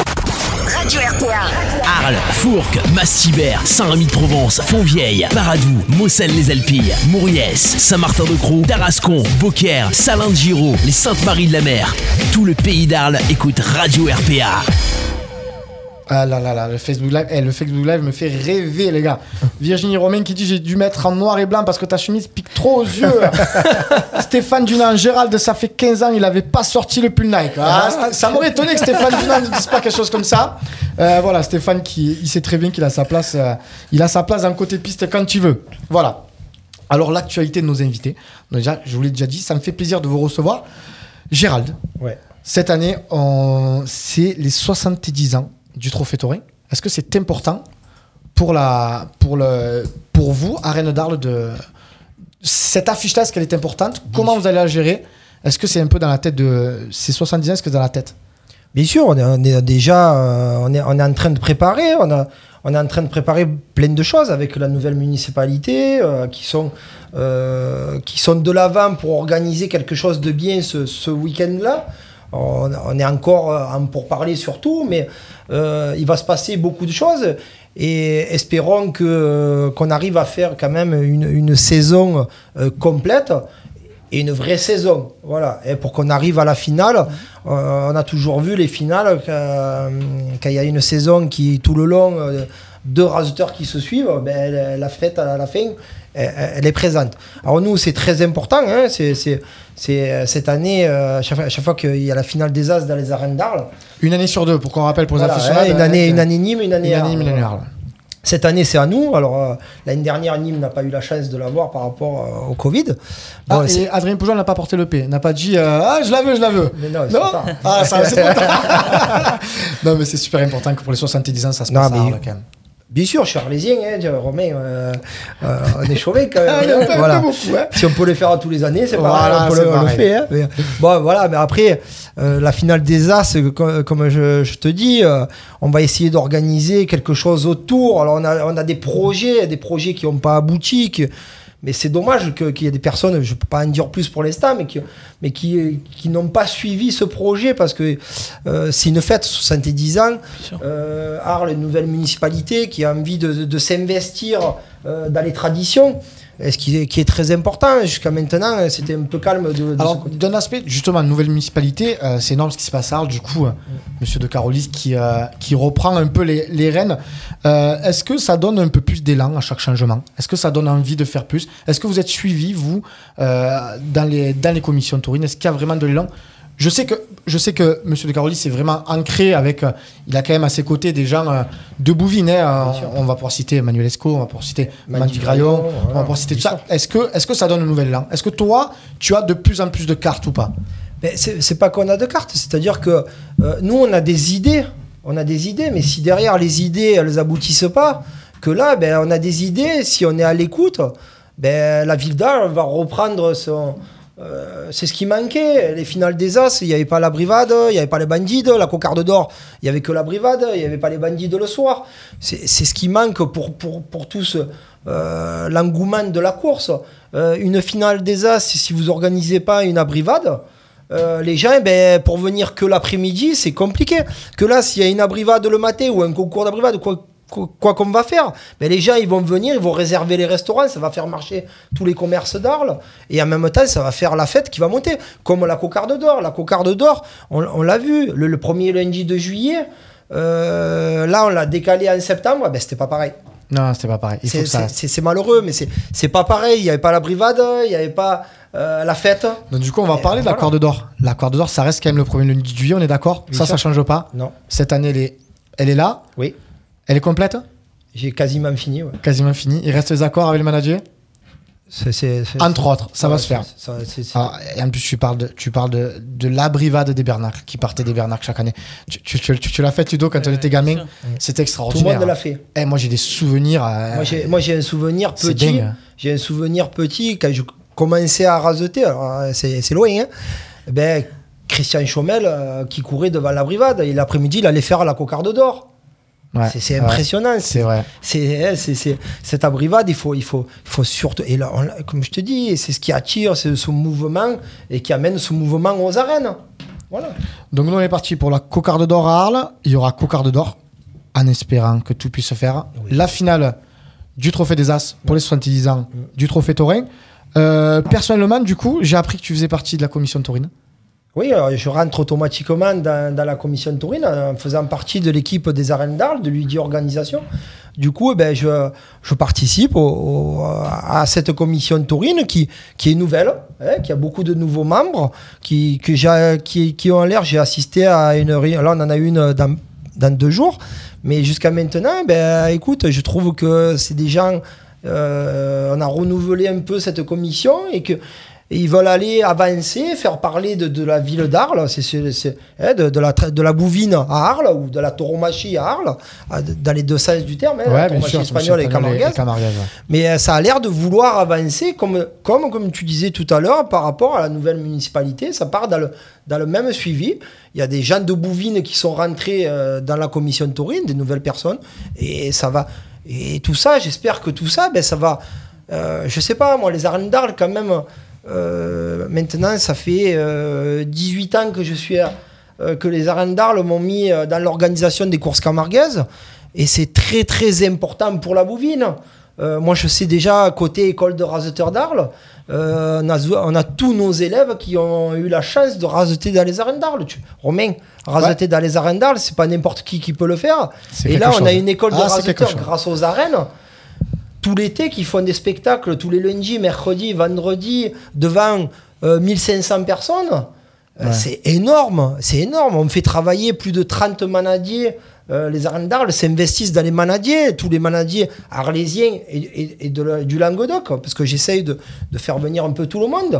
Speaker 6: Radio R P A.
Speaker 1: Arles, Fourques, Massibert, Saint-Rémy-de-Provence, Fontvieille, Paradou, Mosselles-les-Alpilles, Mouriès, Saint-Martin-de-Croix, Tarascon, Beaucaire, Salins-de-Giraud, les Saintes-Maries-de-la-Mer. Tout le pays d'Arles écoute Radio R P A.
Speaker 3: Ah là là là, le Facebook Live, eh, le Facebook Live me fait rêver, les gars. Virginie Romain qui dit j'ai dû mettre en noir et blanc parce que ta chemise pique trop aux yeux. Stéphane Dunant, Gérald, ça fait quinze ans, il avait pas sorti le pull Nike. Ah, ah, ça m'aurait étonné que Stéphane Dunant ne dise pas quelque chose comme ça. Euh, voilà, Stéphane qui il sait très bien qu'il a sa place, euh, il a sa place dans le côté piste quand il veut. Voilà. Alors l'actualité de nos invités. Donc, déjà, je vous l'ai déjà dit, ça me fait plaisir de vous recevoir. Gérald.
Speaker 4: Ouais.
Speaker 3: Cette année, on... c'est les soixante-dix ans du Trophée Tauré. Est-ce que c'est important pour, la, pour, le, pour vous, à Rennes d'Arles, de cette affiche-là, est-ce qu'elle est importante? Comment vous allez la gérer? Est-ce que c'est un peu dans la tête de ces soixante-dix ans? Est-ce que c'est dans la tête?
Speaker 4: Bien sûr, on est, on est déjà euh, on est, on est en train de préparer, on, a, on est en train de préparer plein de choses avec la nouvelle municipalité euh, qui, sont, euh, qui sont de l'avant pour organiser quelque chose de bien ce, ce week-end-là. On, on est encore en pourparlers sur tout, mais euh, il va se passer beaucoup de choses et espérons que, qu'on arrive à faire quand même une, une saison euh, complète et une vraie saison. Voilà. Et pour qu'on arrive à la finale, euh, on a toujours vu les finales quand, quand il y a une saison qui, tout le long, euh, deux raseurs qui se suivent, ben, la fête à la fin, elle, elle est présente. Alors nous, c'est très important. Hein, c'est, c'est, c'est, cette année, euh, chaque, fois, chaque fois qu'il y a la finale des As dans les arènes d'Arles.
Speaker 3: Une année sur deux, pour qu'on rappelle pour les
Speaker 4: voilà,
Speaker 3: aficionados.
Speaker 4: Hein, une, année, une année Nîmes, une année
Speaker 3: une
Speaker 4: Arles.
Speaker 3: année, une année Arles.
Speaker 4: Cette année, c'est à nous. Alors, euh, l'année dernière, Nîmes n'a pas eu la chance de l'avoir par rapport euh, au Covid. Bon,
Speaker 3: Ah, et
Speaker 4: c'est...
Speaker 3: Adrien Pujol n'a pas porté le P. N'a pas dit euh, ah, je la veux, je la veux.
Speaker 4: Mais non, c'est
Speaker 3: non
Speaker 4: pas.
Speaker 3: Ah, ça, c'est trop tard. Non, mais c'est super important que pour les soixante-dix ans, ça se
Speaker 4: Non,
Speaker 3: passe
Speaker 4: mais-
Speaker 3: à Arles, quand même.
Speaker 4: Bien sûr, je suis arlésien, hein, je- Romain, euh, euh, on est chauvé quand même.
Speaker 3: Ah, il y a
Speaker 4: hein,
Speaker 3: pas- pas
Speaker 4: voilà.
Speaker 3: beaucoup, hein.
Speaker 4: Si on peut les faire tous les années, c'est
Speaker 3: Voilà,
Speaker 4: pareil, on, peut
Speaker 3: c'est
Speaker 4: le, on le
Speaker 3: pareil.
Speaker 4: fait. Hein, mais, bon, voilà, mais après, euh, la finale des As, comme, comme je, je te dis, euh, on va essayer d'organiser quelque chose autour. Alors, on a, on a des projets, des projets qui n'ont pas abouti, qui- mais c'est dommage que- qu'il y ait des personnes, je ne peux pas en dire plus pour l'instant, mais qui, mais qui, qui n'ont pas suivi ce projet parce que euh, c'est une fête, soixante-dix ans.
Speaker 5: sûr.
Speaker 4: Euh, Arles, une nouvelle municipalité qui a envie de, de, de s'investir euh, dans les traditions, et ce qui est, qui est très important. Jusqu'à maintenant, c'était un peu calme de, de ce
Speaker 3: Alors,
Speaker 4: côté.
Speaker 3: d'un aspect, justement, nouvelle municipalité, euh, c'est énorme ce qui se passe à Arles. Du coup, euh, Monsieur de Carolis qui, euh, qui reprend un peu les, les rênes. Euh, est-ce que ça donne un peu plus d'élan à chaque changement? Est-ce que ça donne envie de faire plus? Est-ce que vous êtes suivi, vous, euh, dans, les, dans les commissions taurines? Est-ce qu'il y a vraiment de l'élan? Je sais que, je sais que M. de Carolis c'est vraiment ancré avec. Euh, il a quand même à ses côtés des gens euh, de Bouvines. Hein, euh, on va pouvoir citer Manuel Esco, on va pouvoir citer Mandy Graillon, voilà, on va pouvoir citer tout ça. Est-ce que, est-ce que ça donne un nouvel élan? Est-ce que toi, tu as de plus en plus de cartes ou pas?
Speaker 4: Mais c'est, c'est pas qu'on a de cartes, c'est-à-dire que euh, nous, on a des idées. On a des idées, mais si derrière les idées, elles aboutissent pas, que là, ben, on a des idées, si on est à l'écoute, ben, la ville d'Arles va reprendre son. Euh, c'est ce qui manquait, les finales des As, il n'y avait pas la Brivade, il n'y avait pas les Bandides, la Cocarde d'Or, il n'y avait que la Brivade, il n'y avait pas les Bandides le soir. C'est, c'est ce qui manque pour, pour, pour tous euh, l'engouement de la course. Euh, une finale des As, si vous n'organisez pas une abrivade, euh, les gens, ben, pour venir que l'après-midi, c'est compliqué. Que là, s'il y a une abrivade le matin ou un concours d'abrivade, quoi Quoi qu'on va faire, mais les gens ils vont venir, ils vont réserver les restaurants, ça va faire marcher tous les commerces d'Arles et en même temps ça va faire la fête qui va monter, comme la Cocarde d'Or. La Cocarde d'Or, on, on l'a vu, le, le premier lundi de juillet, euh, là on l'a décalé en septembre, ben c'était pas pareil.
Speaker 3: Non, c'était pas pareil. Il faut
Speaker 4: c'est,
Speaker 3: que ça...
Speaker 4: c'est, c'est malheureux, mais c'est, c'est pas pareil. Il n'y avait pas la Brivade, il n'y avait pas euh, la fête.
Speaker 3: Donc du coup, on va
Speaker 4: et
Speaker 3: parler de la
Speaker 4: voilà.
Speaker 3: Corde d'Or. La Corde d'Or, ça reste quand même le premier lundi de juillet, on est d'accord?
Speaker 4: Bien
Speaker 3: Ça,
Speaker 4: sûr.
Speaker 3: ça change pas?
Speaker 4: Non.
Speaker 3: Cette année, elle est, elle est là?
Speaker 4: Oui.
Speaker 3: Elle est complète?
Speaker 4: J'ai quasiment fini. Ouais.
Speaker 3: Quasiment fini. Il reste des accords avec le manager?
Speaker 4: C'est, c'est, c'est,
Speaker 3: Entre autres, ça
Speaker 4: ouais,
Speaker 3: va se faire.
Speaker 4: c'est, c'est, c'est,
Speaker 3: Ah, et en plus, tu parles de, tu parles de, de la Brivade des Bernacles, qui partait des Bernacles chaque année. Tu, tu, tu, tu, tu l'as fait, Tudo, quand
Speaker 5: Ouais,
Speaker 3: on était
Speaker 5: bien
Speaker 3: gamin?
Speaker 5: sûr.
Speaker 3: C'était
Speaker 4: tout le
Speaker 3: extraordinaire.
Speaker 4: monde l'a fait.
Speaker 3: Eh, moi, j'ai des souvenirs. euh,
Speaker 4: Moi j'ai, moi, j'ai un souvenir
Speaker 3: c'est
Speaker 4: petit.
Speaker 3: dingue.
Speaker 4: J'ai un souvenir petit quand je commençais à raseter. Alors, euh, c'est, c'est loin. Hein. Ben, Christian Chaumel euh, qui courait devant la Brivade. Et l'après-midi, il allait faire la Cocarde d'Or.
Speaker 3: Ouais,
Speaker 4: C'est, c'est
Speaker 3: ouais,
Speaker 4: impressionnant.
Speaker 3: c'est vrai.
Speaker 4: C'est, c'est, c'est, cette abrivade, il faut, il faut, il faut surtout. Et là, on, comme je te dis, c'est ce qui attire, c'est ce mouvement et qui amène ce mouvement aux arènes. Voilà.
Speaker 3: Donc, nous, on est parti pour la Cocarde d'Or à Arles. Il y aura Cocarde d'Or, en espérant que tout puisse se faire.
Speaker 4: Oui.
Speaker 3: La finale du Trophée des As pour les soixante-dix ans du Trophée Taurin. Euh, personnellement, du coup, j'ai appris que tu faisais partie de la commission taurine.
Speaker 4: Oui, alors je rentre automatiquement dans, dans la commission taurine en faisant partie de l'équipe des arènes d'Arles, de l'U D I Organisation. Du coup, eh ben, je, je participe au, au, à cette commission taurine qui, qui est nouvelle, hein, qui a beaucoup de nouveaux membres, qui, que j'ai, qui, qui ont l'air, j'ai assisté à une réunion, là on en a une dans, dans deux jours, mais jusqu'à maintenant, ben, écoute, je trouve que c'est des gens, euh, on a renouvelé un peu cette commission et que et ils veulent aller avancer, faire parler de, de la ville d'Arles, c'est, c'est, c'est, hein, de, de, la, de la bouvine à Arles ou de la tauromachie à Arles, à, dans les deux sens du terme, hein, la tauromachie espagnole et camarguaise.
Speaker 3: camarguaise ouais.
Speaker 4: Mais euh, ça a l'air de vouloir avancer, comme, comme, comme tu disais tout à l'heure, par rapport à la nouvelle municipalité. Ça part dans le, dans le même suivi. Il y a des gens de Bouvines qui sont rentrés euh, dans la commission taurine, des nouvelles personnes, et ça va. Et tout ça, j'espère que tout ça, ben, ça va. Euh, je sais pas, moi, les arènes d'Arles, quand même. Euh, maintenant, ça fait euh, dix-huit ans que je suis à, euh, que les arènes d'Arles m'ont mis euh, dans l'organisation des courses camarguaises et c'est très très important pour la bouvine. Euh, moi, je sais déjà côté école de raseteurs d'Arles, euh, on, a, on a tous nos élèves qui ont eu la chance de raseter dans les arènes d'Arles. Tu, Romain, raseter ouais. dans les arènes d'Arles, c'est pas n'importe qui qui peut le faire.
Speaker 3: C'est
Speaker 4: et là,
Speaker 3: chose.
Speaker 4: on a une école de
Speaker 3: ah,
Speaker 4: raseteurs grâce aux arènes. Tout l'été, qui font des spectacles tous les lundis, mercredis, vendredis, devant euh, mille cinq cents personnes, ouais. euh, c'est énorme, c'est énorme. On fait travailler plus de trente manadiers. Euh, les arènes d'Arles s'investissent dans les manadiers, tous les manadiers arlésiens et, et, et de la, du Languedoc, parce que j'essaye de, de faire venir un peu tout le monde.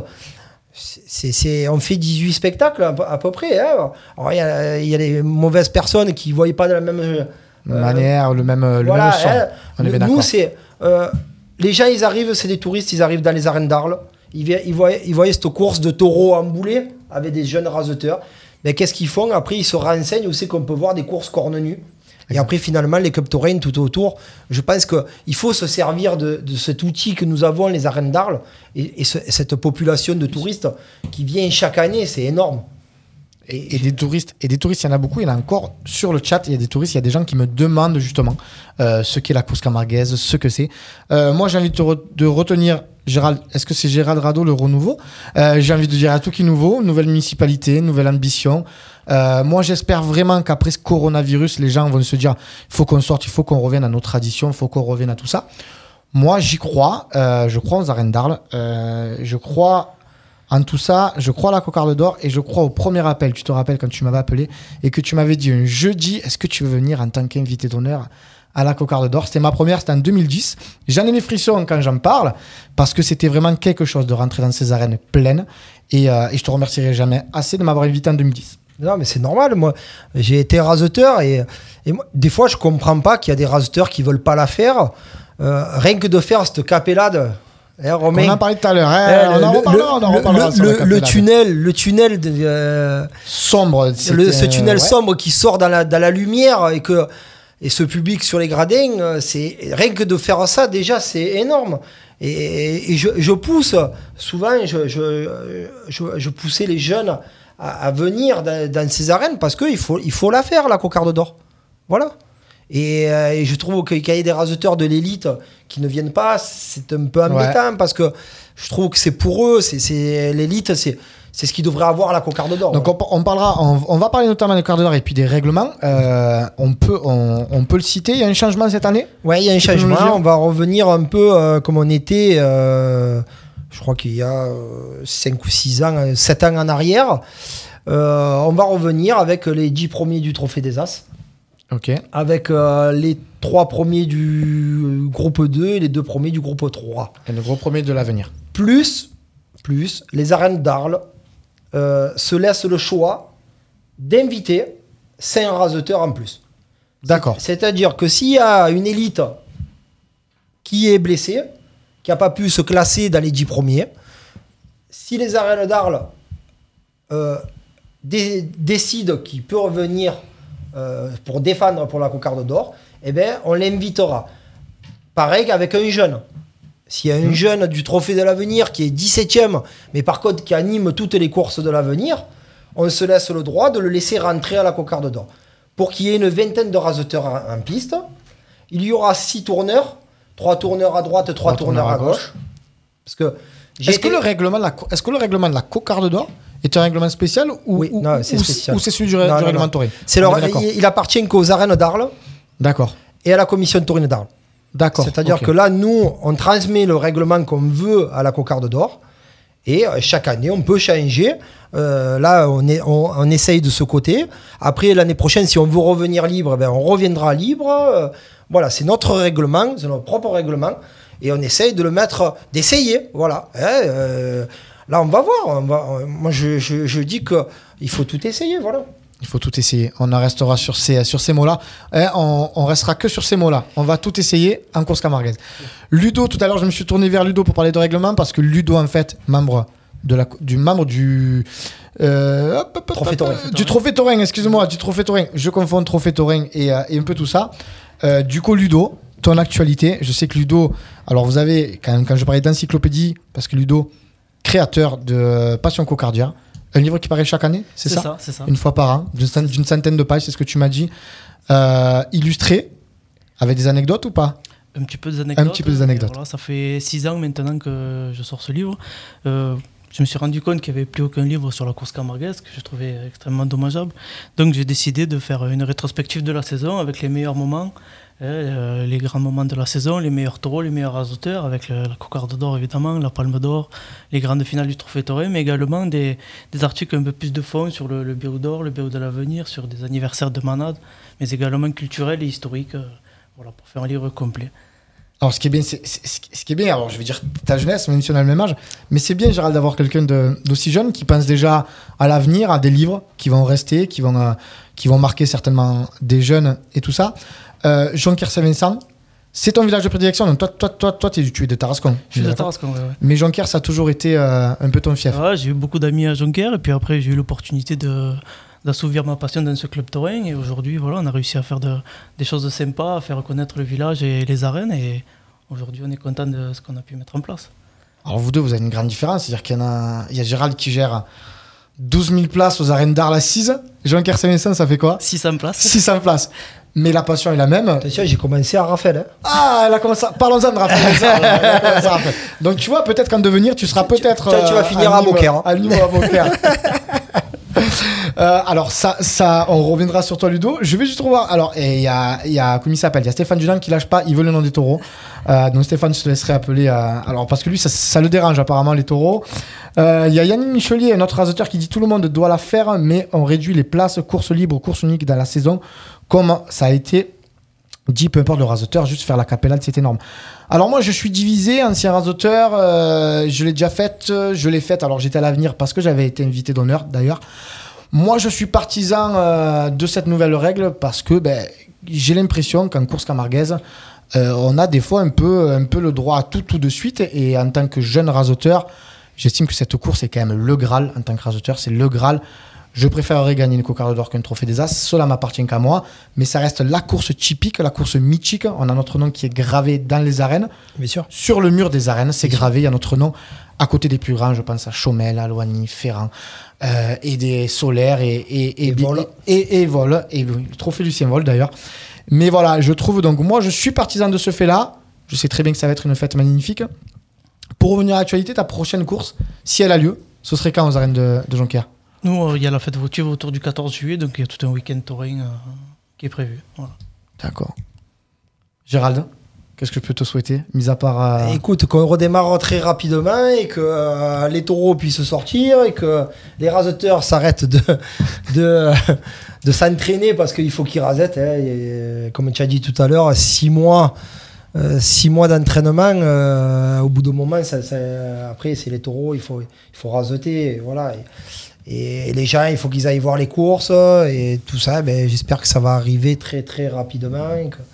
Speaker 4: C'est, c'est, on fait dix-huit spectacles à, à peu près. Hein. Alors, il y a, il y a les mauvaises personnes qui ne voient pas de la même euh,
Speaker 3: manière, le même, le
Speaker 4: voilà,
Speaker 3: même son.
Speaker 4: Hein,
Speaker 3: on est bien
Speaker 4: nous,
Speaker 3: d'accord.
Speaker 4: c'est... Euh, les gens, ils arrivent, c'est des touristes, ils arrivent dans les arènes d'Arles, ils, ils, voient, ils voient cette course de taureaux en boulet avec des jeunes raseteurs. Mais qu'est-ce qu'ils font? Après, ils se renseignent où c'est qu'on peut voir des courses cornes nues. Et après, finalement, les clubs taurins tout autour, je pense qu'il faut se servir de, de cet outil que nous avons, les arènes d'Arles, et, et, ce, et cette population de touristes qui vient chaque année, c'est énorme.
Speaker 3: Et, et des touristes, et des touristes, il y en a beaucoup. Il y en a encore sur le chat. Il y a des touristes, il y a des gens qui me demandent justement euh, ce qu'est la course camarguaise, ce que c'est. Euh, moi, j'ai envie de, re- de retenir Gérald. Est-ce que c'est Gérald Rado, le renouveau? euh, J'ai envie de dire à tout qui est nouveau, nouvelle municipalité, nouvelle ambition. Euh, moi, j'espère vraiment qu'après ce coronavirus, les gens vont se dire il faut qu'on sorte, il faut qu'on revienne à nos traditions, il faut qu'on revienne à tout ça. Moi, j'y crois. Euh, je crois aux arènes d'Arles. Euh, je crois En tout ça, je crois à la cocarde d'or et je crois au premier appel. Tu te rappelles quand tu m'avais appelé et que tu m'avais dit un jeudi, est-ce que tu veux venir en tant qu'invité d'honneur à la cocarde d'or? C'était ma première, c'était en deux mille dix. J'en ai les frissons quand j'en parle parce que c'était vraiment quelque chose de rentrer dans ces arènes pleines et, euh, et je te remercierai jamais assez de m'avoir invité en deux mille dix.
Speaker 4: Non, mais c'est normal. Moi, j'ai été raseteur et, et moi, des fois, je comprends pas qu'il y a des raseteurs qui veulent pas la faire. Euh, rien que de faire cette capellade. Eh, Romain,
Speaker 3: on en parlait tout à l'heure. Hein,
Speaker 4: eh,
Speaker 3: on en
Speaker 4: le,
Speaker 3: reparlera. On en
Speaker 4: le,
Speaker 3: reparlera
Speaker 4: le,
Speaker 3: sur la
Speaker 4: le, le
Speaker 3: capellade.
Speaker 4: tunnel, le tunnel de, euh,
Speaker 3: sombre.
Speaker 4: le, ce tunnel
Speaker 3: ouais.
Speaker 4: sombre qui sort dans la, dans la lumière et que et ce public sur les gradins, c'est rien que de faire ça déjà, c'est énorme. Et, et je, je pousse souvent, je, je, je, je poussais les jeunes à, à venir dans, dans ces arènes parce qu'il faut, il faut la faire, la cocarde d'or. Voilà. Et, euh, et je trouve qu'il y ait des raseteurs de l'élite qui ne viennent pas, c'est un peu embêtant ouais. parce que je trouve que c'est pour eux, c'est, c'est l'élite, c'est, c'est ce qui devrait avoir la cocarde d'or.
Speaker 3: Donc
Speaker 4: ouais.
Speaker 3: on, on parlera, on, on va parler notamment de cocarde d'or et puis des règlements. Euh, on peut, on, on peut le citer. Il y a un changement cette année.
Speaker 4: Ouais, il y a un
Speaker 3: tu
Speaker 4: changement. On va revenir un peu euh, comme on était. Euh, je crois qu'il y a euh, cinq ou six ans, sept ans en arrière. Euh, on va revenir avec les dix premiers du Trophée des As.
Speaker 3: Ok.
Speaker 4: Avec euh, les trois premiers du groupe deux et les deux premiers du groupe trois.
Speaker 3: Et le gros premier de l'avenir.
Speaker 4: Plus, plus les arènes d'Arles euh, se laissent le choix d'inviter cinq raseteurs en plus.
Speaker 3: D'accord.
Speaker 4: C'est, c'est-à-dire que s'il y a une élite qui est blessée, qui n'a pas pu se classer dans les dix premiers, si les arènes d'Arles euh, dé- décident qu'il peut revenir Euh, pour défendre pour la cocarde d'or, eh ben, on l'invitera. Pareil qu'avec un jeune. S'il y a un mmh. jeune du Trophée de l'Avenir qui est dix-septième, mais par contre qui anime toutes les courses de l'avenir, on se laisse le droit de le laisser rentrer à la cocarde d'or. Pour qu'il y ait une vingtaine de raseteurs en, en piste, il y aura six tourneurs, trois tourneurs à droite, trois, trois tourneurs, tourneurs à gauche. gauche. Parce que
Speaker 3: Est-ce, été... que le règlement de la, est-ce que le règlement de la cocarde d'or est un règlement spécial ou,
Speaker 4: oui,
Speaker 3: ou,
Speaker 4: non, c'est
Speaker 3: ou,
Speaker 4: spécial.
Speaker 3: ou c'est celui du, ré,
Speaker 4: non,
Speaker 3: du
Speaker 4: non,
Speaker 3: règlement
Speaker 4: non.
Speaker 3: tauré?
Speaker 4: C'est leur, il, il appartient qu'aux arènes d'Arles.
Speaker 3: D'accord.
Speaker 4: Et à la commission de taurine d'Arles.
Speaker 3: D'accord.
Speaker 4: C'est-à-dire
Speaker 3: okay.
Speaker 4: que là, nous, on transmet le règlement qu'on veut à la cocarde d'or. Et euh, chaque année, on peut changer. Euh, là, on, est, on, on essaye de ce côté. Après, l'année prochaine, si on veut revenir libre, ben, on reviendra libre. Euh, voilà, c'est notre règlement, c'est notre propre règlement. Et on essaye de le mettre, d'essayer. Voilà. Hein, euh, là, on va voir. On va, euh, moi, je, je, je dis qu'il faut tout essayer. Voilà.
Speaker 3: Il faut tout essayer. On en restera sur ces, sur ces mots-là. Hein, on, on restera que sur ces mots-là. On va tout essayer en course camarguaise. Ludo, tout à l'heure, je me suis tourné vers Ludo pour parler de règlement parce que Ludo, en fait, membre de la, du membre du euh, hop, hop,
Speaker 4: Trophée Taurin.
Speaker 3: Du Trophée Taurin, excuse-moi, du Trophée Taurin. Je confonds Trophée Taurin et, euh, et un peu tout ça. Euh, du coup, Ludo, ton actualité. Je sais que Ludo, alors vous avez, quand, quand je parlais d'encyclopédie, parce que Ludo, créateur de Passion Cocardia, un livre qui paraît chaque année, c'est, c'est ça, ça, c'est ça. Une fois par an, d'une, d'une centaine de pages, c'est ce que tu m'as dit. Euh, illustré, avec des anecdotes ou pas?
Speaker 5: Un petit peu des anecdotes.
Speaker 3: Un petit peu des anecdotes.
Speaker 5: Voilà, ça fait six ans maintenant que je sors ce livre. Euh, je me suis rendu compte qu'il n'y avait plus aucun livre sur la course camarguaise, que je trouvais extrêmement dommageable. Donc j'ai décidé de faire une rétrospective de la saison avec les meilleurs moments, euh, les grands moments de la saison, les meilleurs taureaux, les meilleurs raseteurs, avec le, la cocarde d'or évidemment, la palme d'or, les grandes finales du Trophée Taurin, mais également des, des articles un peu plus de fond sur le, le B O d'or, le B O de l'avenir, sur des anniversaires de manades, mais également culturels et historiques, euh, voilà, pour faire un livre complet.
Speaker 3: Alors, ce qui est bien, c'est, c'est, ce qui est bien, alors je vais dire ta jeunesse, même si on a le même âge, mais c'est bien, Gérald, d'avoir quelqu'un de, d'aussi jeune qui pense déjà à l'avenir, à des livres qui vont rester, qui vont, euh, qui vont marquer certainement des jeunes et tout ça. Euh, Jonquière-Saint-Vincent, c'est ton village de prédilection. Donc, toi, toi, toi, toi tu es de Tarascon.
Speaker 5: Je suis de Tarascon, ouais, ouais.
Speaker 3: Mais Jonquière, ça a toujours été euh, un peu ton fief.
Speaker 5: Ouais, j'ai eu beaucoup d'amis à Jonquière, et puis après, j'ai eu l'opportunité de. d'assouvir ma passion dans ce club taurin, et aujourd'hui voilà, on a réussi à faire de, des choses sympas, à faire connaître le village et les arènes, et aujourd'hui on est content de ce qu'on a pu mettre en place.
Speaker 3: Alors vous deux, vous avez une grande différence, c'est-à-dire qu'il y en a, il y a Gérald qui gère douze mille places aux arènes d'Arles assises, Jonquière-Saint-Vincent, ça fait quoi?
Speaker 5: six cents places.
Speaker 3: six cents places. Mais la passion est la même.
Speaker 4: Attention, j'ai commencé à Raphaël. Hein.
Speaker 3: Ah, elle a commencé à... Parlons-en de Raphaël. Donc tu vois, peut-être qu'en devenir, tu seras peut-être...
Speaker 4: Tu, tu, tu vas finir à, à Beaucaire.
Speaker 3: À Nîmes ou à Beaucaire. Euh, alors ça, ça, on reviendra sur toi, Ludo. Je vais juste revoir. Alors, il y a, il y a, comment il s'appelle? Il y a Stéphane Dunant qui lâche pas. Il veut le nom des taureaux. Euh, donc Stéphane, je te laisserai appeler. À... Alors parce que lui, ça, ça le dérange apparemment les taureaux. Il euh, y a Yannick Michelier, un autre raseteur qui dit tout le monde doit la faire, mais on réduit les places, course libre, course unique dans la saison, comme ça a été dit, peu importe le raseteur, juste faire la capellade, c'est énorme. Alors moi, je suis divisé, ancien raseteur, euh, je l'ai déjà faite, je l'ai faite, alors j'étais à l'avenir parce que j'avais été invité d'honneur d'ailleurs. Moi, je suis partisan euh, de cette nouvelle règle parce que ben, j'ai l'impression qu'en course camarguaise, euh, on a des fois un peu, un peu le droit à tout, tout de suite. Et en tant que jeune raseteur, j'estime que cette course est quand même le Graal. En tant que raseteur, c'est le Graal. Je préférerais gagner une cocarde d'or qu'un trophée des As. Cela m'appartient qu'à moi. Mais ça reste la course typique, la course mythique. On a notre nom qui est gravé dans les arènes.
Speaker 4: Bien sûr.
Speaker 3: Sur le mur des arènes, c'est gravé. Il y a notre nom à côté des plus grands. Je pense à Chaumel, à Loigny, Ferrand. Euh, et des solaires et et et, et, vol. et, et, et vol et le trophée Lucien Vol d'ailleurs. Mais voilà, je trouve donc moi je suis partisan de ce fait là. Je sais très bien que ça va être une fête magnifique. Pour revenir à l'actualité, ta prochaine course, si elle a lieu, ce serait quand aux arènes de, de Jonquière?
Speaker 5: Nous, il y a la fête voiture autour du quatorze juillet, donc il y a tout un week-end touring euh, qui est prévu. Voilà.
Speaker 3: D'accord. Gérald, qu'est-ce que je peux te souhaiter, mis à part... Euh...
Speaker 4: Écoute, qu'on redémarre très rapidement et que euh, les taureaux puissent sortir et que les raseteurs s'arrêtent de, de, de s'entraîner parce qu'il faut qu'ils rasettent. Hein, et, comme tu as dit tout à l'heure, six mois, euh, six mois d'entraînement, euh, au bout d'un moment, ça, ça, après, c'est les taureaux, il faut, il faut raseter. Et voilà. Et, et les gens, il faut qu'ils aillent voir les courses et tout ça. Ben, j'espère que ça va arriver très, très rapidement. Et que,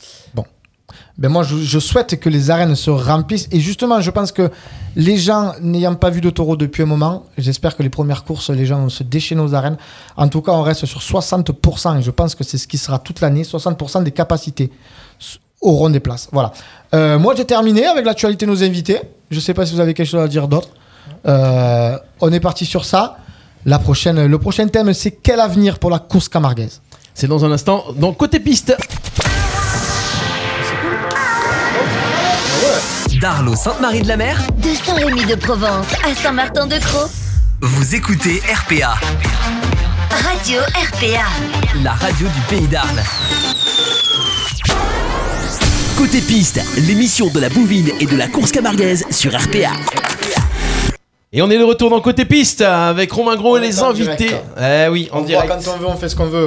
Speaker 3: Ben moi, je, je souhaite que les arènes se remplissent. Et justement, je pense que les gens n'ayant pas vu de taureau depuis un moment, j'espère que les premières courses, les gens vont se déchaîner aux arènes. En tout cas, on reste sur soixante pour cent. Et je pense que c'est ce qui sera toute l'année. soixante pour cent des capacités auront des places. Voilà. Euh, moi, j'ai terminé avec l'actualité de nos invités. Je ne sais pas si vous avez quelque chose à dire d'autre. Euh, on est parti sur ça. La prochaine, le prochain thème, c'est quel avenir pour la course camarguaise?
Speaker 2: C'est dans un instant. Donc, côté piste.
Speaker 1: D'Arlot Sainte-Marie-de-la-Mer,
Speaker 6: De Saint-Rémy-de-Provence à Saint-Martin-de-Croix.
Speaker 1: vous écoutez R P A,
Speaker 6: Radio R P A.
Speaker 1: la radio du pays d'Arles. Côté piste, l'émission de la bouvine et de la course camarguaise sur R P A.
Speaker 2: Et on est de retour dans Côté Piste avec Romain Gros et les invités. Eh oui, en
Speaker 3: on
Speaker 2: direct.
Speaker 3: voit quand on veut, on fait ce qu'on veut.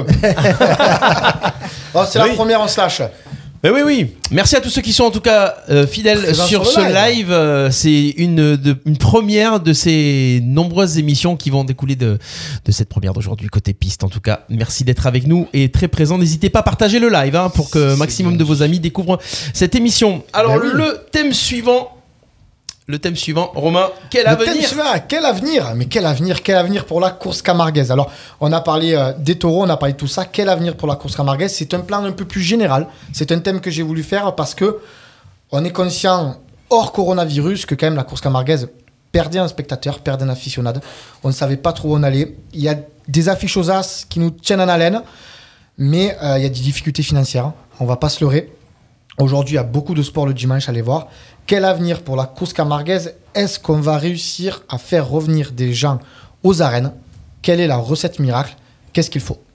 Speaker 3: Oh, c'est
Speaker 2: Oui.
Speaker 3: la première, on se lâche.
Speaker 2: Mais oui, oui. Merci à tous ceux qui sont en tout cas euh, fidèles
Speaker 3: Présents
Speaker 2: sur,
Speaker 3: sur
Speaker 2: ce
Speaker 3: le
Speaker 2: live.
Speaker 3: live.
Speaker 2: Euh, c'est une, de, une première de ces nombreuses émissions qui vont découler de, de cette première d'aujourd'hui, Côté Piste. En tout cas, merci d'être avec nous et très présent. N'hésitez pas à partager le live hein, pour que maximum de vos amis découvrent cette émission. Alors,
Speaker 3: Ben oui.
Speaker 2: le thème suivant. Le thème suivant, Romain, quel
Speaker 3: Le thème
Speaker 2: avenir
Speaker 3: suivant, quel avenir? Mais quel avenir? Quel avenir pour la course camarguaise? Alors, on a parlé euh, des taureaux, on a parlé de tout ça. Quel avenir pour la course camarguaise? C'est un plan un peu plus général. C'est un thème que j'ai voulu faire parce que on est conscient, hors coronavirus, que quand même la course camarguaise perdait un spectateur, perdait un aficionade. On ne savait pas trop où on allait. Il y a des affiches aux as qui nous tiennent en haleine, mais euh, il y a des difficultés financières. On va pas se leurrer. Aujourd'hui, il y a beaucoup de sports le dimanche à aller voir. Quel avenir pour la course camarguaise? Est-ce qu'on va réussir à faire revenir des gens aux arènes? Quelle est la recette miracle? Qu'est-ce qu'il faut?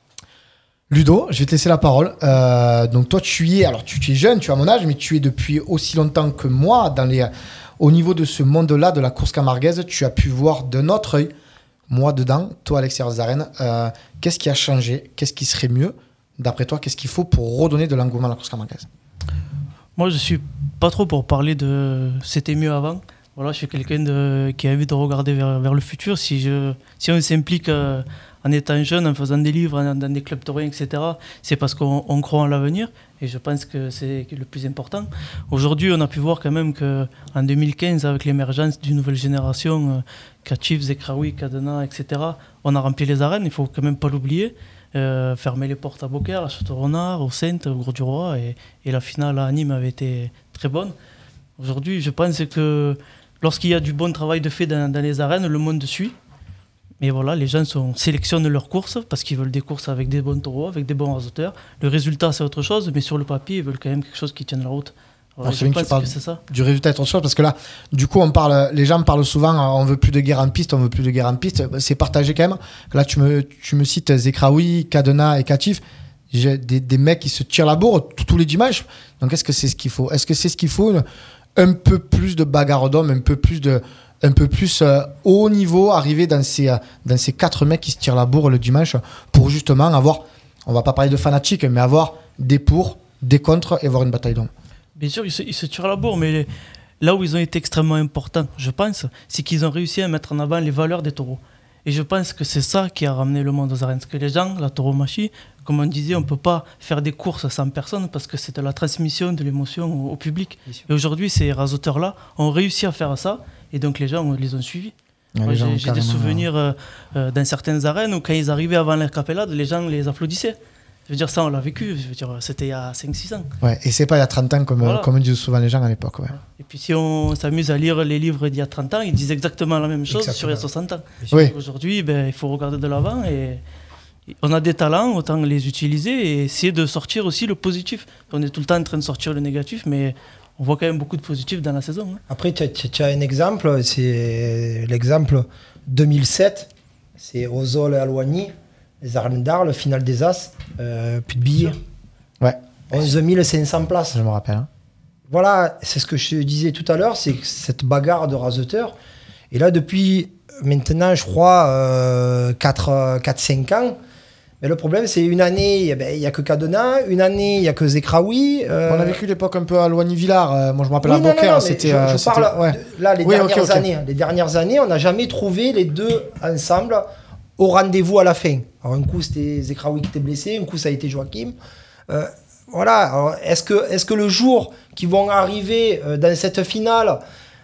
Speaker 3: Ludo, je vais te laisser la parole. Euh, donc toi, tu y es, alors tu, tu es jeune, tu as mon âge, mais tu es depuis aussi longtemps que moi dans les, au niveau de ce monde-là, de la course camarguaise. Tu as pu voir de notre œil, moi dedans, toi à l'extérieur des arènes. Euh, qu'est-ce qui a changé? Qu'est-ce qui serait mieux? D'après toi, qu'est-ce qu'il faut pour redonner de l'engouement à la course camarguaise?
Speaker 5: Moi, je suis pas trop pour parler de c'était mieux avant. Voilà, je suis quelqu'un de, qui a envie de regarder vers, vers le futur. Si, je, si on s'implique euh, en étant jeune, en faisant des livres, en, dans des clubs taurins, et cetera, c'est parce qu'on on croit en l'avenir. Et je pense que c'est le plus important. Aujourd'hui, on a pu voir quand même qu'en deux mille quinze, avec l'émergence d'une nouvelle génération, euh, Kachif, Zekraoui, Cadena, et cetera, on a rempli les arènes, il ne faut quand même pas l'oublier. Euh, fermer les portes à Beaucaire, à Château-Renard, au Saintes, au Gros-du-Roi, et, et la finale à Nîmes avait été très bonne. Aujourd'hui, je pense que lorsqu'il y a du bon travail de fait dans, dans les arènes, le monde suit. Mais voilà, les gens sont, sélectionnent leurs courses parce qu'ils veulent des courses avec des bons taureaux, avec des bons raseteurs. Le résultat, c'est autre chose, mais sur le papier, ils veulent quand même quelque chose qui tienne la route. Ouais,
Speaker 3: c'est
Speaker 5: je
Speaker 3: bien que
Speaker 5: pense
Speaker 3: tu parles
Speaker 5: que c'est ça.
Speaker 3: du résultat est autre chose parce que là, du coup, on parle, les gens parlent souvent, on veut plus de guerre en piste, on veut plus de guerre en piste. C'est partagé quand même. Là, tu me, tu me cites Zekraoui, Cadena et Kachif. J'ai des, des mecs qui se tirent la bourre tous les dimanches. Donc est-ce que c'est ce qu'il faut? Est-ce que c'est ce qu'il faut? Un peu plus de bagarre d'hommes, un peu plus de, un peu plus euh, haut niveau, arriver dans ces, euh, dans ces quatre mecs qui se tirent la bourre le dimanche pour justement avoir, on va pas parler de fanatiques, mais avoir des pour, des contre et avoir une bataille d'hommes.
Speaker 5: Bien sûr, ils se, ils se tirent la bourre, mais les- là où ils ont été extrêmement importants, je pense, c'est qu'ils ont réussi à mettre en avant les valeurs des taureaux. Et je pense que c'est ça qui a ramené le monde aux arènes. Parce que les gens, la tauromachie, comme on disait, on ne peut pas faire des courses sans personne parce que c'est de la transmission de l'émotion au, au public. Et aujourd'hui, ces rasoteurs-là ont réussi à faire ça et donc les gens on les ont suivis.
Speaker 3: Ouais,
Speaker 5: Moi,
Speaker 3: les gens
Speaker 5: j'ai
Speaker 3: ont
Speaker 5: j'ai des
Speaker 3: carrément-
Speaker 5: souvenirs euh, euh, dans certaines arènes où quand ils arrivaient avant la capellade, les gens les applaudissaient. Je veux dire, ça, on l'a vécu. Je veux dire, c'était il y a cinq six ans.
Speaker 3: Ouais, et c'est pas il y a trente ans comme,
Speaker 5: Voilà.
Speaker 3: euh, comme disent souvent les gens à l'époque. Ouais.
Speaker 5: Et puis si on s'amuse à lire les livres d'il y a trente ans, ils disent exactement la même chose
Speaker 4: Exactement.
Speaker 5: sur il y a soixante ans.
Speaker 3: Oui.
Speaker 5: Aujourd'hui, ben, il faut regarder de l'avant et on a des talents, autant les utiliser et essayer de sortir aussi le positif. On est tout le temps en train de sortir le négatif, mais on voit quand même beaucoup de positif dans la saison. hein.
Speaker 4: Après, tu as, tu as un exemple, c'est l'exemple deux mille sept, c'est Ozol et Alouani, les arènes d'Arles, finale des As, euh, plus de billets.
Speaker 3: Ouais,
Speaker 4: onze mille cinq cents places.
Speaker 3: je me rappelle. hein.
Speaker 4: Voilà, c'est ce que je te disais tout à l'heure, c'est que cette bagarre de raseteurs. Et là, depuis maintenant, je crois, euh, quatre cinq ans, mais le problème, c'est une année, il n'y a que Cadena, une année, il n'y a que Zekraoui. euh,
Speaker 3: On a vécu l'époque un peu à Loigny-Villard. euh, moi, je me rappelle
Speaker 4: oui,
Speaker 3: à
Speaker 4: non, non,
Speaker 3: Beaucaire.
Speaker 4: non, mais
Speaker 3: C'était.
Speaker 4: je,
Speaker 3: euh,
Speaker 4: je
Speaker 3: c'était-
Speaker 4: parle
Speaker 3: ouais.
Speaker 4: de- là les
Speaker 3: Oui, ok,
Speaker 4: dernières
Speaker 3: ok.
Speaker 4: années. Les dernières années, on n'a jamais trouvé les deux ensemble au rendez-vous à la fin. Alors un coup c'était Zekraoui qui était blessé, un coup ça a été Joachim. Euh, voilà. Alors, est-ce que est-ce que le jour qu'ils vont arriver euh, dans cette finale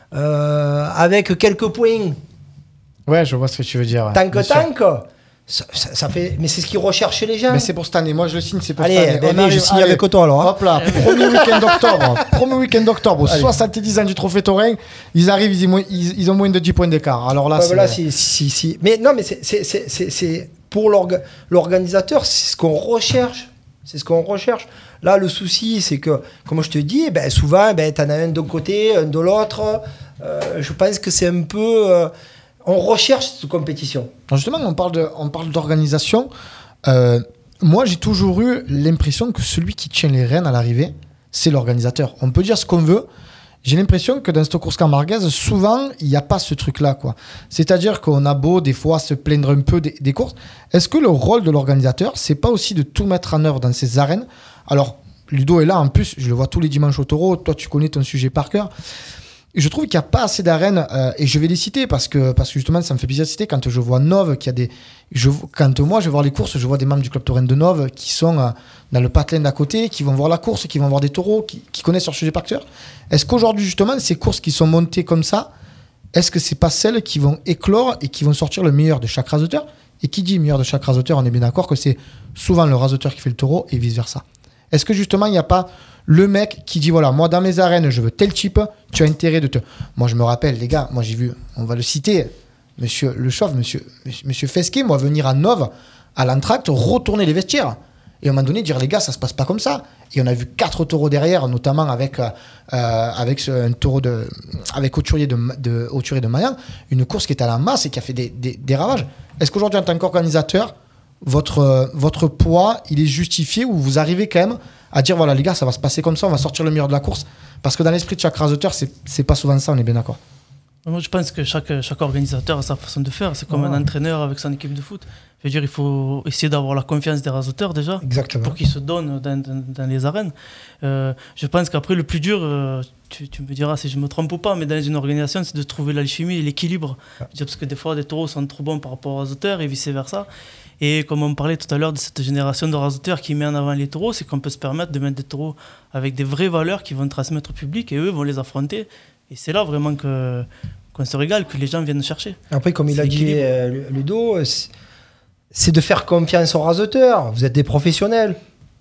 Speaker 4: euh, avec quelques points,
Speaker 3: Ouais, je vois ce que tu veux dire. ouais,
Speaker 4: tant que
Speaker 3: bien sûr.
Speaker 4: tant que ça, ça- ça fait. Mais c'est ce qu'ils recherchent chez les gens.
Speaker 3: Mais c'est pour cette année. Moi, je le signe, c'est pour
Speaker 4: Allez,
Speaker 3: cette année.
Speaker 4: ben,
Speaker 3: On
Speaker 4: mais je
Speaker 3: arrive-
Speaker 4: signe
Speaker 3: allez.
Speaker 4: avec toi alors. hein.
Speaker 3: Hop là, premier week-end d'octobre. Premier week-end d'octobre,
Speaker 4: Allez.
Speaker 3: soixante-dix ans du Trophée Taurin. Ils arrivent, ils, y mo- ils- ils ont moins de dix points d'écart. Alors là,
Speaker 4: Ouais,
Speaker 3: c'est.
Speaker 4: voilà, si, si, si, si. Mais non, mais c'est- c'est- c'est c'est- c'est- pour l'orga- l'organisateur, c'est ce qu'on recherche. C'est ce qu'on recherche. Là, le souci, c'est que, comme je te dis, ben, souvent, ben, tu en as un d'un côté, un de l'autre. Euh, je pense que c'est un peu. euh, on recherche cette compétition.
Speaker 3: Alors justement, on parle, de, on parle d'organisation. Euh, moi, j'ai toujours eu l'impression que celui qui tient les rênes à l'arrivée, c'est l'organisateur. On peut dire ce qu'on veut. J'ai l'impression que dans cette course camarguaise, souvent, il n'y a pas ce truc-là, quoi. C'est-à-dire qu'on a beau, des fois, se plaindre un peu des, des courses. Est-ce que le rôle de l'organisateur, c'est pas aussi de tout mettre en œuvre dans ces arènes? Alors, Ludo est là, en plus, je le vois tous les dimanches au taureau. Toi, tu connais ton sujet par cœur. Et je trouve qu'il n'y a pas assez d'arènes, euh, et je vais les citer parce que, parce que justement, ça me fait plaisir de citer. Quand je vois Nove, qu'il y a des, je, quand moi je vais voir les courses, je vois des membres du club taurin de Nove qui sont euh, dans le patelin d'à côté, qui vont voir la course, qui vont voir des taureaux, qui, qui connaissent leur sujet par cœur. Est-ce qu'aujourd'hui, justement, ces courses qui sont montées comme ça, est-ce que c'est pas celles qui vont éclore et qui vont sortir le meilleur de chaque raseteur? Et qui dit meilleur de chaque raseteur, on est bien d'accord que c'est souvent le raseteur qui fait le taureau et vice-versa. Est-ce que justement, il n'y a pas le mec qui dit voilà, moi dans mes arènes, je veux tel type, tu as intérêt de te. Moi, je me rappelle, les gars, moi j'ai vu, on va le citer, monsieur Le Chauve, monsieur, monsieur Fesquet, moi venir à Nove, à l'entracte, retourner les vestiaires. Et à un moment donné, dire les gars, ça se passe pas comme ça. Et on a vu quatre taureaux derrière, notamment avec, euh, avec ce- un taureau de. Avec Auturier de, de, Auturier de Maillan, une course qui est à la masse et qui a fait des, des, des ravages. Est-ce qu'aujourd'hui, en tant qu'organisateur, votre, euh, votre poids, il est justifié ou vous arrivez quand même à dire voilà les gars, ça va se passer comme ça, on va sortir le meilleur de la course? Parce que dans l'esprit de chaque raseteur, c'est, c'est pas souvent ça, on est bien d'accord.
Speaker 5: Moi, je pense que chaque, chaque organisateur a sa façon de faire. C'est comme
Speaker 4: Ouais.
Speaker 5: un entraîneur avec son équipe de foot. Je veux dire, il faut essayer d'avoir la confiance des rasoteurs déjà.
Speaker 4: Exactement.
Speaker 5: Pour qu'ils se donnent dans, dans- dans les arènes. Euh, je pense qu'après, le plus dur, euh, tu, tu me diras si je me trompe ou pas, mais dans une organisation, c'est de trouver l'alchimie et l'équilibre. Je veux dire, parce que des fois, des taureaux sont trop bons par rapport aux rasoteurs et vice-versa. Et comme on parlait tout à l'heure de cette génération de rasoteurs qui met en avant les taureaux, c'est qu'on peut se permettre de mettre des taureaux avec des vraies valeurs qui vont transmettre au public et eux vont les affronter. Et c'est là vraiment que, qu'on se régale, que les gens viennent chercher.
Speaker 4: Après, comme il
Speaker 5: C'est
Speaker 4: a dit
Speaker 5: l'équilibre.
Speaker 4: euh, Ludo, c'est- c'est de faire confiance aux raseteurs. Vous êtes des professionnels.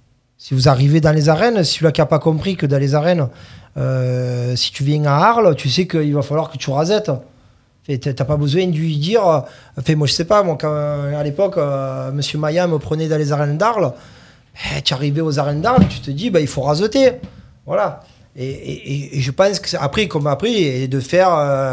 Speaker 4: Si vous arrivez dans les arènes, celui-là qui n'a pas compris que dans les arènes, euh, si tu viens à Arles, tu sais qu'il va falloir que tu rasettes. Tu n'as pas besoin de lui dire. euh, Enfin, moi, je sais pas, moi, quand, à l'époque, euh, M. Maillan me prenait dans les arènes d'Arles, eh, tu arrivais aux arènes d'Arles, tu te dis, bah, il faut raseter. Voilà. Et, et- et- et je pense que c'est après, comme après, et de faire euh,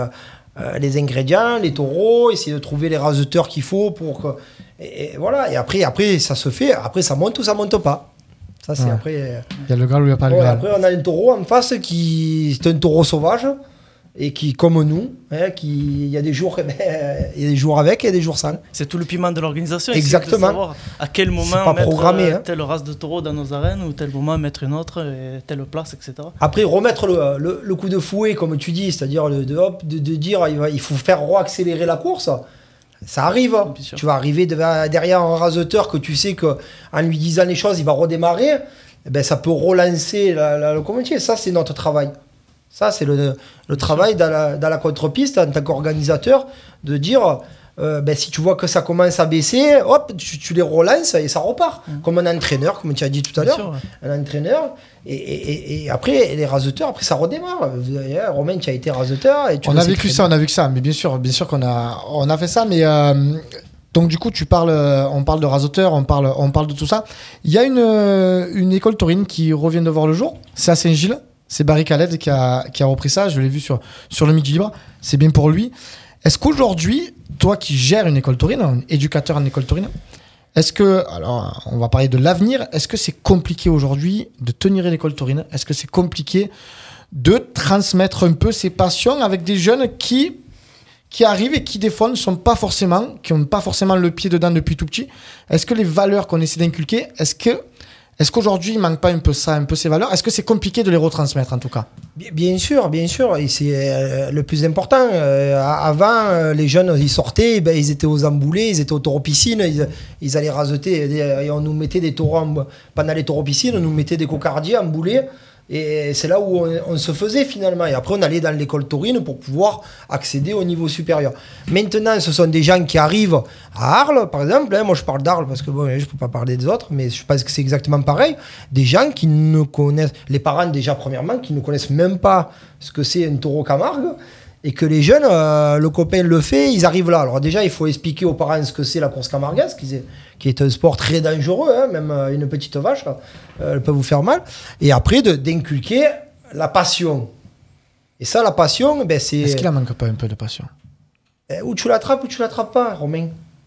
Speaker 4: euh, les ingrédients, les taureaux, essayer de trouver les raseteurs qu'il faut pour que... Et, et voilà, et après, après, ça se fait, après ça monte ou ça monte pas. Ça, c'est
Speaker 3: Ouais.
Speaker 4: après... euh,
Speaker 3: Il y a le Graal ou il n'y a pas le
Speaker 4: ouais,
Speaker 3: Graal.
Speaker 4: après, on a un taureau en face qui... C'est un taureau sauvage, et qui, comme nous, hein, qui... il y a des jours, eh ben, il y a des jours avec et il y a des jours sans.
Speaker 5: C'est tout le piment de l'organisation.
Speaker 4: Exactement.
Speaker 5: essayer de savoir à quel
Speaker 4: C'est
Speaker 5: moment
Speaker 4: pas
Speaker 5: mettre
Speaker 4: programmé,
Speaker 5: euh,
Speaker 4: hein.
Speaker 5: telle race de taureau dans nos arènes ou tel moment mettre une autre, et telle place, et cetera.
Speaker 4: Après, remettre le, le, le coup de fouet, comme tu dis, c'est-à-dire le, de, hop, de, de dire il, va, il faut faire re-accélérer la course, ça arrive. Hein.
Speaker 5: Bien sûr.
Speaker 4: Tu vas arriver devant- derrière un raseteur que tu sais qu'en lui disant les choses, il va redémarrer, eh ben, ça peut relancer la, la locomotive. Ça, c'est notre travail. Ça, c'est le, le travail dans la, dans la contre-piste en tant qu'organisateur, de dire, euh, ben, si tu vois que ça commence à baisser, hop, tu, tu les relances et ça repart.
Speaker 5: Mm.
Speaker 4: Comme un entraîneur, comme tu as dit tout à
Speaker 5: Bien
Speaker 4: l'heure.
Speaker 5: sûr, ouais.
Speaker 4: Un entraîneur, et, et, et- et après, les raseteurs, après, ça redémarre. Vous voyez, Romain, tu as été raseteur. Et tu
Speaker 3: On
Speaker 4: le
Speaker 3: a
Speaker 4: sais
Speaker 3: vécu
Speaker 4: très
Speaker 3: ça,
Speaker 4: bien.
Speaker 3: on a vécu ça, mais bien sûr, bien sûr qu'on a, on a fait ça, mais euh, donc du coup, tu parles, euh, on parle de raseteur, on parle, on parle de tout ça. Il y a une, euh, une école taurine qui revient de voir le jour, c'est à Saint-Gilles, c'est Barry Khaled qui a, qui a repris ça, je l'ai vu sur, sur le Midi Libre, c'est bien pour lui. Est-ce qu'aujourd'hui, toi qui gères une école taurine, un éducateur en école taurine, est-ce que, alors on va parler de l'avenir, est-ce que c'est compliqué aujourd'hui de tenir une école taurine? Est-ce que c'est compliqué de transmettre un peu ses passions avec des jeunes qui, qui arrivent et qui des fois ne sont pas forcément, qui n'ont pas forcément le pied dedans depuis tout petit? Est-ce que les valeurs qu'on essaie d'inculquer, est-ce que est-ce qu'aujourd'hui il manque pas un peu ça, un peu ces valeurs? Est-ce que c'est compliqué de les retransmettre en tout cas?
Speaker 4: Bien- Bien sûr, bien sûr, et c'est euh, le plus important. Euh, avant, euh, les jeunes, ils sortaient, ben, ils étaient aux emboulés, ils étaient aux taureaux-piscines, ils, ils allaient raseter, des- et on nous mettait des taureaux, en- pendant les taureaux-piscines, on nous mettait des cocardiers emboulés, et c'est là où on, on se faisait finalement. Et après, on allait dans l'école taurine pour pouvoir accéder au niveau supérieur. Maintenant, ce sont des gens qui arrivent à Arles, par exemple. Hein, moi, je parle d'Arles parce que bon, je ne peux pas parler des autres, mais je pense que c'est exactement pareil. Des gens qui ne connaissent, les parents déjà, premièrement, qui ne connaissent même pas ce que c'est un taureau Camargue. Et que les jeunes, euh, le copain le fait, ils arrivent là. Alors déjà, il faut expliquer aux parents ce que c'est la course camarguaise, qui est, qui est un sport très dangereux, hein, même euh, une petite vache, euh, elle peut vous faire mal. Et après, de, d'inculquer la passion. Et ça, la passion, ben, c'est...
Speaker 3: Est-ce qu'il en manque pas un peu de passion?
Speaker 4: Euh, Ou tu l'attrapes ou tu l'attrapes pas, Romain.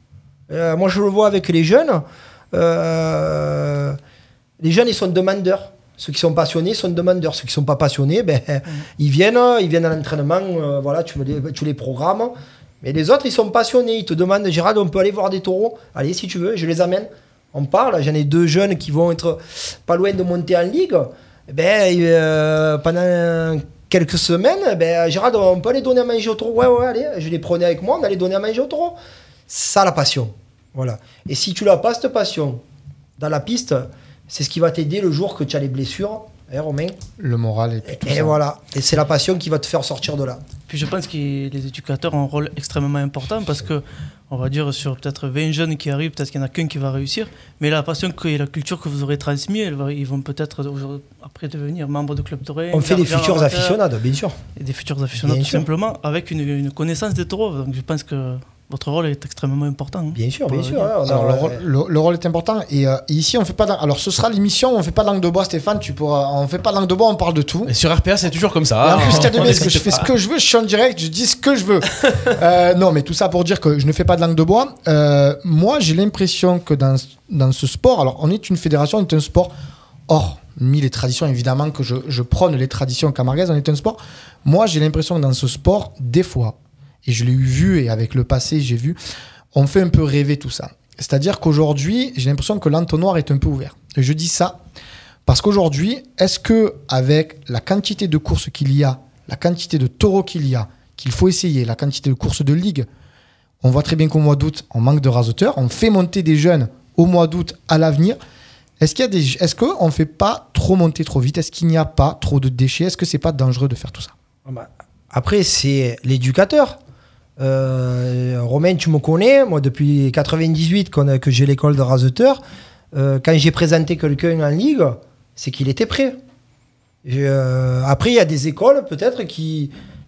Speaker 4: Euh, moi, je le vois avec les jeunes. Euh, les jeunes, ils sont demandeurs. Ceux qui sont passionnés sont demandeurs. Ceux qui sont pas passionnés, ben, mmh. ils viennent, ils viennent à l'entraînement. Euh, voilà, tu les, tu les programmes. Mais les autres, ils sont passionnés. Ils te demandent, Gérald, on peut aller voir des taureaux? Allez, si tu veux, je les amène. On parle. J'en ai deux jeunes qui vont être pas loin de monter en ligue. Ben, euh, pendant quelques semaines, ben, Gérald, on peut aller donner à manger aux taureaux? Ouais, ouais, allez. Je les prenais avec moi, on allait donner à manger aux taureaux. Ça, la passion. Voilà. Et si tu l'as pas, cette passion, dans la piste, c'est ce qui va t'aider le jour que tu as les blessures, hein, Romain?
Speaker 3: Le moral et puis tout
Speaker 4: et,
Speaker 3: ça.
Speaker 4: Et voilà. Et c'est la passion qui va te faire sortir de là.
Speaker 5: Puis je pense que les éducateurs ont un rôle extrêmement important parce que, on va dire, sur peut-être vingt jeunes qui arrivent, peut-être qu'il n'y en a qu'un qui va réussir. Mais la passion et la culture que vous aurez transmise, elle va- ils vont peut-être après devenir membres de club taurin.
Speaker 4: On fait des
Speaker 5: gardiens,
Speaker 4: futurs
Speaker 5: amateurs,
Speaker 4: aficionados, bien sûr.
Speaker 5: Et des futurs aficionados,
Speaker 4: Bien
Speaker 5: tout
Speaker 4: sûr.
Speaker 5: simplement, avec une, une connaissance des taureaux. Donc je pense que votre rôle est extrêmement important. hein.
Speaker 4: Bien sûr,
Speaker 5: Pour
Speaker 4: bien sûr.
Speaker 5: l'avenir.
Speaker 4: hein, on a-
Speaker 3: Alors, le, rôle, le- le rôle est important et euh, ici on fait pas. d'ang- Alors ce sera l'émission, on fait pas de langue de bois, Stéphane. Tu pourras, on fait pas de langue de bois, on parle de tout.
Speaker 2: Et sur R P A, c'est toujours comme ça.
Speaker 3: Et en
Speaker 2: hein.
Speaker 3: plus, ce qu'il y a de
Speaker 2: On
Speaker 3: bien, c'est que
Speaker 2: n'hésite
Speaker 3: je fais
Speaker 2: pas.
Speaker 3: ce que je veux, je suis en direct, je dis ce que je veux. Euh, non, mais tout ça pour dire que je ne fais pas de langue de bois. Euh, moi, j'ai l'impression que dans, dans ce sport, alors on est une fédération, on est un sport hors mis les traditions, évidemment que je, je prône les traditions camarguaises, on est un sport. Moi, j'ai l'impression que dans ce sport, des fois, et je l'ai eu vu et avec le passé, j'ai vu, on fait un peu rêver tout ça. C'est-à-dire qu'aujourd'hui, j'ai l'impression que l'entonnoir est un peu ouvert. Et je dis ça parce qu'aujourd'hui, est-ce que avec la quantité de courses qu'il y a, la quantité de taureaux qu'il y a, qu'il faut essayer, la quantité de courses de ligue, on voit très bien qu'au mois d'août, on manque de raseteurs, on fait monter des jeunes au mois d'août à l'avenir. Est-ce qu'il y a des, est-ce qu'on ne fait pas trop monter trop vite? Est-ce qu'il n'y a pas trop de déchets? Est-ce que c'est pas dangereux de faire tout ça?
Speaker 4: Après, c'est l'éducateur. Euh, Romain, tu me connais, moi depuis quatre-vingt-dix-huit qu'on a- que j'ai l'école de raseteur. Euh, quand j'ai présenté quelqu'un en ligue, c'est qu'il était prêt. Et, euh, après, il y a des écoles peut-être qui,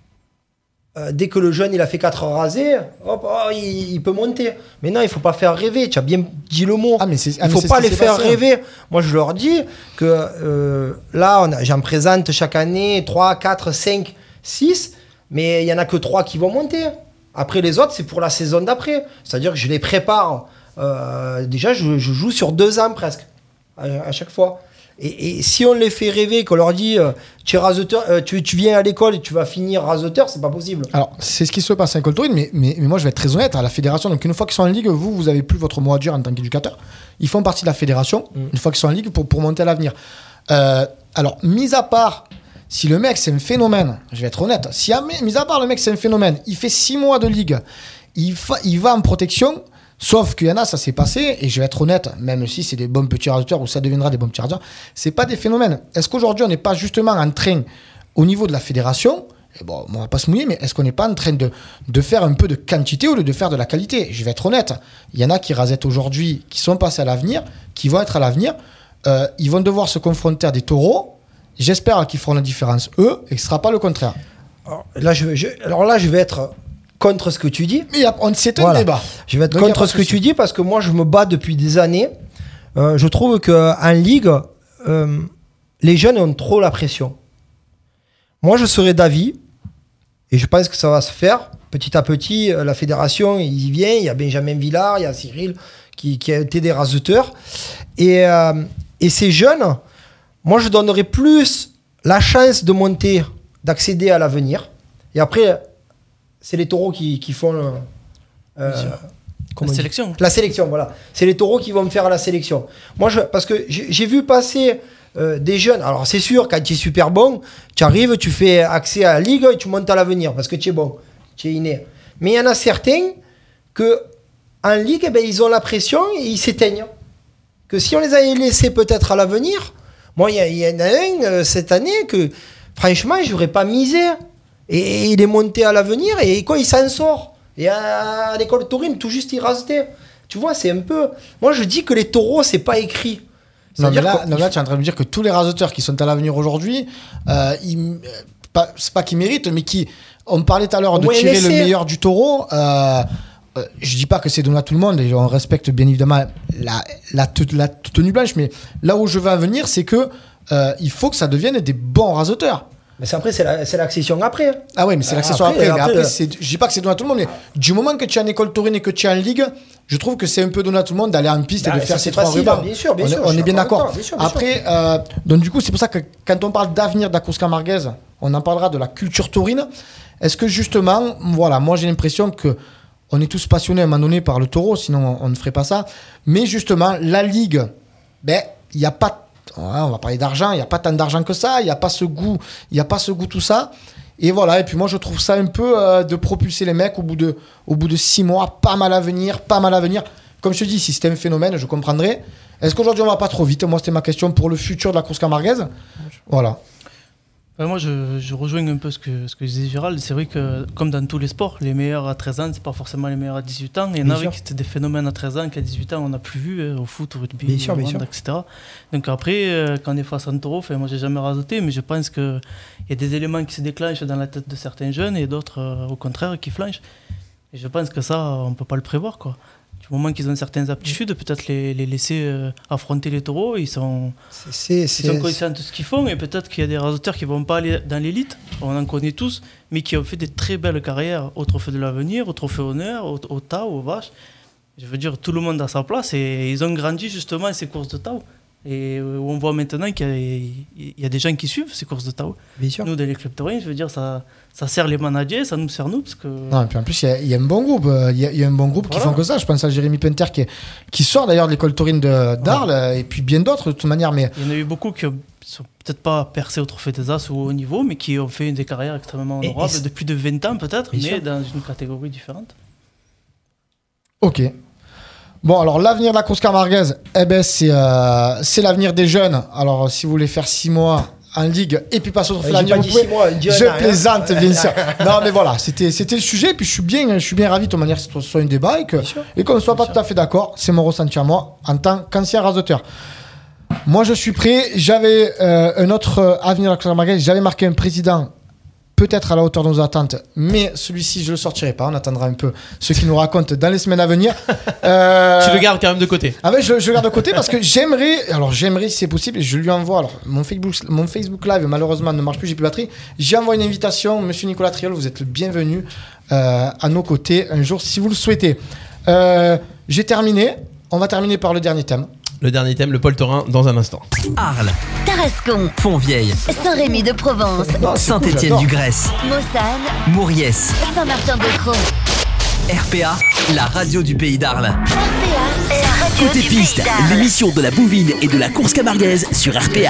Speaker 4: euh, dès que le jeune il a fait quatre rasés, hop, oh, il, il peut monter. Mais non, il faut pas faire rêver. Tu as bien dit le mot.
Speaker 3: Ah, mais c'est, ah,
Speaker 4: Il
Speaker 3: mais
Speaker 4: faut
Speaker 3: c'est
Speaker 4: pas
Speaker 3: ce qui
Speaker 4: les
Speaker 3: s'est
Speaker 4: faire
Speaker 3: passé.
Speaker 4: rêver. Moi, je leur dis que euh, là, on a- j'en présente chaque année trois, quatre, cinq, six. mais il y en a que trois qui vont monter. Après les autres, c'est pour la saison d'après. C'est-à-dire que je les prépare. Euh, déjà, je, je joue sur deux ans presque, à, à chaque fois. Et, et si on les fait rêver, qu'on leur dit euh, tu, es raseteur, euh, tu, tu viens à l'école et tu vas finir raseteur, c'est pas possible.
Speaker 3: Alors, c'est ce qui se passe à l'école taurine, mais, mais, mais moi je vais être très honnête, à la fédération, donc une fois qu'ils sont en ligue, vous, vous avez plus votre mot à dire en tant qu'éducateur. Ils font partie de la fédération, mmh. une fois qu'ils sont en ligue, pour, pour monter à l'avenir. Euh, alors, mis à part, si le mec c'est un phénomène, je vais être honnête, si à, mis à part le mec c'est un phénomène, il fait six mois de ligue, il, fa, il va en protection. Sauf qu'il y en a, ça s'est passé, et je vais être honnête, même si c'est des bons petits raseteurs ou ça deviendra des bons petits raseteurs, c'est pas des phénomènes. Est-ce qu'aujourd'hui on n'est pas justement en train, au niveau de la fédération, et bon, on va pas se mouiller, mais est-ce qu'on n'est pas en train de, de faire un peu de quantité au lieu de faire de la qualité ? Je vais être honnête, il y en a qui rasettent aujourd'hui, qui sont passés à l'avenir, qui vont être à l'avenir, euh, ils vont devoir se confronter à des taureaux, j'espère qu'ils feront la différence eux, et que ce sera pas le contraire.
Speaker 4: Alors là, je, je, alors là, je vais être contre ce que tu dis.
Speaker 3: Mais on, c'est un
Speaker 4: voilà.
Speaker 3: débat.
Speaker 4: Je vais être Donc contre ce que tu dis parce que moi, je me bats depuis des années. Euh, je trouve qu'en ligue, euh, les jeunes ont trop la pression. Moi, je serais d'avis, et je pense que ça va se faire. Petit à petit, la fédération, il y vient. Il y a Benjamin Villard, il y a Cyril qui, qui a été des raseteurs. Et, euh, et ces jeunes, moi, je donnerais plus la chance de monter, d'accéder à l'avenir. Et après, c'est les taureaux qui, qui font le, euh,
Speaker 5: la sélection.
Speaker 4: La sélection, voilà. C'est les taureaux qui vont me faire la sélection. Moi, je, parce que j'ai, j'ai vu passer euh, des jeunes. Alors, c'est sûr, quand tu es super bon, tu arrives, tu fais accès à la ligue et tu montes à l'avenir parce que tu es bon, tu es inné. Mais il y en a certains que en ligue, eh ben, ils ont la pression et ils s'éteignent. Que si on les avait laissés peut-être à l'avenir, moi, il y, y en a un euh, cette année que, franchement, je n'aurais pas misé. Et il est monté à l'avenir et quoi, il s'en sort. Et à, à l'école taurine, tout juste, il rasetait. Tu vois, c'est un peu... Moi, je dis que les taureaux, c'est pas écrit.
Speaker 3: Non, mais là, non, là, tu es en train de me dire que tous les raseteurs qui sont à l'avenir aujourd'hui, euh, ils, pas, c'est pas qu'ils méritent, mais qui... On parlait tout à l'heure de tirer le meilleur du taureau. Euh, euh, je dis pas que c'est donné à tout le monde, et on respecte bien évidemment la, la, la tenue blanche, mais là où je veux en venir, c'est que euh, il faut que ça devienne des bons raseteurs.
Speaker 4: Mais c'est après, c'est, la, c'est l'accession après.
Speaker 3: Ah oui, mais c'est l'accession après. après, mais après, après c'est, je dis pas que c'est donné à tout le monde, mais du moment que tu es en école taurine et que tu es en ligue, je trouve que c'est un peu donné à tout le monde d'aller en piste bah, et de faire ces trois rubans.
Speaker 4: Bien sûr, bien
Speaker 3: on
Speaker 4: sûr.
Speaker 3: Est, on est bien d'accord. Bien sûr, bien après, euh, donc du coup, c'est pour ça que quand on parle d'avenir de la course camarguaise, on en parlera de la culture taurine. Est-ce que justement, voilà, moi j'ai l'impression que on est tous passionnés à un moment donné par le taureau, sinon on, on ne ferait pas ça. Mais justement, la ligue, ben, il n'y a pas on va parler d'argent, il n'y a pas tant d'argent que ça, il n'y a pas ce goût, il n'y a pas ce goût tout ça. Et voilà, et puis moi je trouve ça un peu euh, de propulser les mecs au bout de, au bout de six mois, pas mal à venir, pas mal à venir. Comme je te dis, si c'était un phénomène, je comprendrais. Est-ce qu'aujourd'hui on va pas trop vite ? Moi c'était ma question pour le futur de la course camarguaise. Voilà.
Speaker 5: Ouais, moi, je, je rejoins un peu ce que, ce que disait Gérald. C'est vrai que, comme dans tous les sports, les meilleurs à treize ans, c'est pas forcément les meilleurs à dix-huit ans. Il y en a qui étaient des phénomènes à treize ans qu'à dix-huit ans, on n'a plus vu euh, au foot, au rugby,
Speaker 4: bien sûr,
Speaker 5: au
Speaker 4: bien
Speaker 5: hand,
Speaker 4: sûr.
Speaker 5: et cetera. Donc après, euh, quand on est face à un taureau, moi, j'ai jamais rasoté, mais je pense qu'il y a des éléments qui se déclenchent dans la tête de certains jeunes et d'autres, euh, au contraire, qui flanchent. Et je pense que ça, on peut pas le prévoir, quoi. Du moment qu'ils ont certaines aptitudes, peut-être les, les laisser euh, affronter les taureaux. Ils sont,
Speaker 4: c'est, c'est,
Speaker 5: ils sont conscients de ce qu'ils font. Et peut-être qu'il y a des rasoteurs qui ne vont pas aller dans l'élite, on en connaît tous, mais qui ont fait des très belles carrières au Trophée de l'Avenir, au Trophée Honneur, au, au Tao, aux Vaches. Je veux dire, tout le monde a sa place et ils ont grandi justement à ces courses de Tao. Et où on voit maintenant qu'il y a, il y a des gens qui suivent ces courses de Tao.
Speaker 4: Bien sûr.
Speaker 5: Nous, dans les clubs taurins, je veux dire, ça, ça sert les managers, ça nous sert nous. Parce que...
Speaker 3: Non, et puis en plus, il y, y a un bon groupe. Il y, y a un bon groupe voilà. qui font que ça. Je pense à Jérémy Penter qui, est, qui sort d'ailleurs de l'école taurine de, d'Arles ouais. et puis bien d'autres de toute manière. Mais...
Speaker 5: Il y en a eu beaucoup qui ont sont peut-être pas percés au Trophée des As ou au haut niveau, mais qui ont fait des carrières extrêmement honorables et, et de plus de vingt ans peut-être, mais sûr. Dans une catégorie différente.
Speaker 3: Ok. Bon, alors l'avenir de la course camarguaise, eh ben, c'est, euh, c'est l'avenir des jeunes. Alors, si vous voulez faire six mois en ligue et puis passer au Trophée de l'Avenir, vous pouvez. Mois, je plaisante, hein. Bien sûr. Non, mais voilà, c'était, c'était le sujet. Et puis, je suis bien, je suis bien ravi de toute manière que ce soit un débat et, que, et qu'on ne soit bien pas sûr. Tout à fait d'accord. C'est mon ressenti à moi en tant qu'ancien raseteur. Moi, je suis prêt. J'avais euh, un autre avenir de la course camarguaise. J'avais marqué un président peut-être à la hauteur de nos attentes, mais celui-ci, je le sortirai pas. On attendra un peu ce qu'il nous raconte dans les semaines à venir. Euh...
Speaker 2: Tu le gardes quand même de côté.
Speaker 3: Ah ouais, je, je le garde de côté parce que j'aimerais, alors j'aimerais si c'est possible, je lui envoie, alors mon Facebook, mon Facebook Live malheureusement ne marche plus, j'ai plus de batterie, j'y envoie une invitation, monsieur Nicolas Triol, vous êtes le bienvenu euh, à nos côtés un jour si vous le souhaitez. Euh, j'ai terminé, on va terminer par le dernier thème.
Speaker 2: Le dernier thème, le Paul Taurin, dans un instant.
Speaker 1: Arles,
Speaker 6: Tarascon,
Speaker 1: Fontvieille,
Speaker 6: Saint-Rémy-de-Provence,
Speaker 1: Saint-Étienne-du-Grèce,
Speaker 6: Mossane,
Speaker 1: Mauriès,
Speaker 6: Saint-Martin-de-Croix.
Speaker 1: R P A, la radio du pays d'Arles.
Speaker 6: R P A, la radio
Speaker 1: Côté
Speaker 6: du
Speaker 1: piste,
Speaker 6: Pays d'Arles.
Speaker 1: l'émission de la bouvine et de la course camarguaise sur R P A.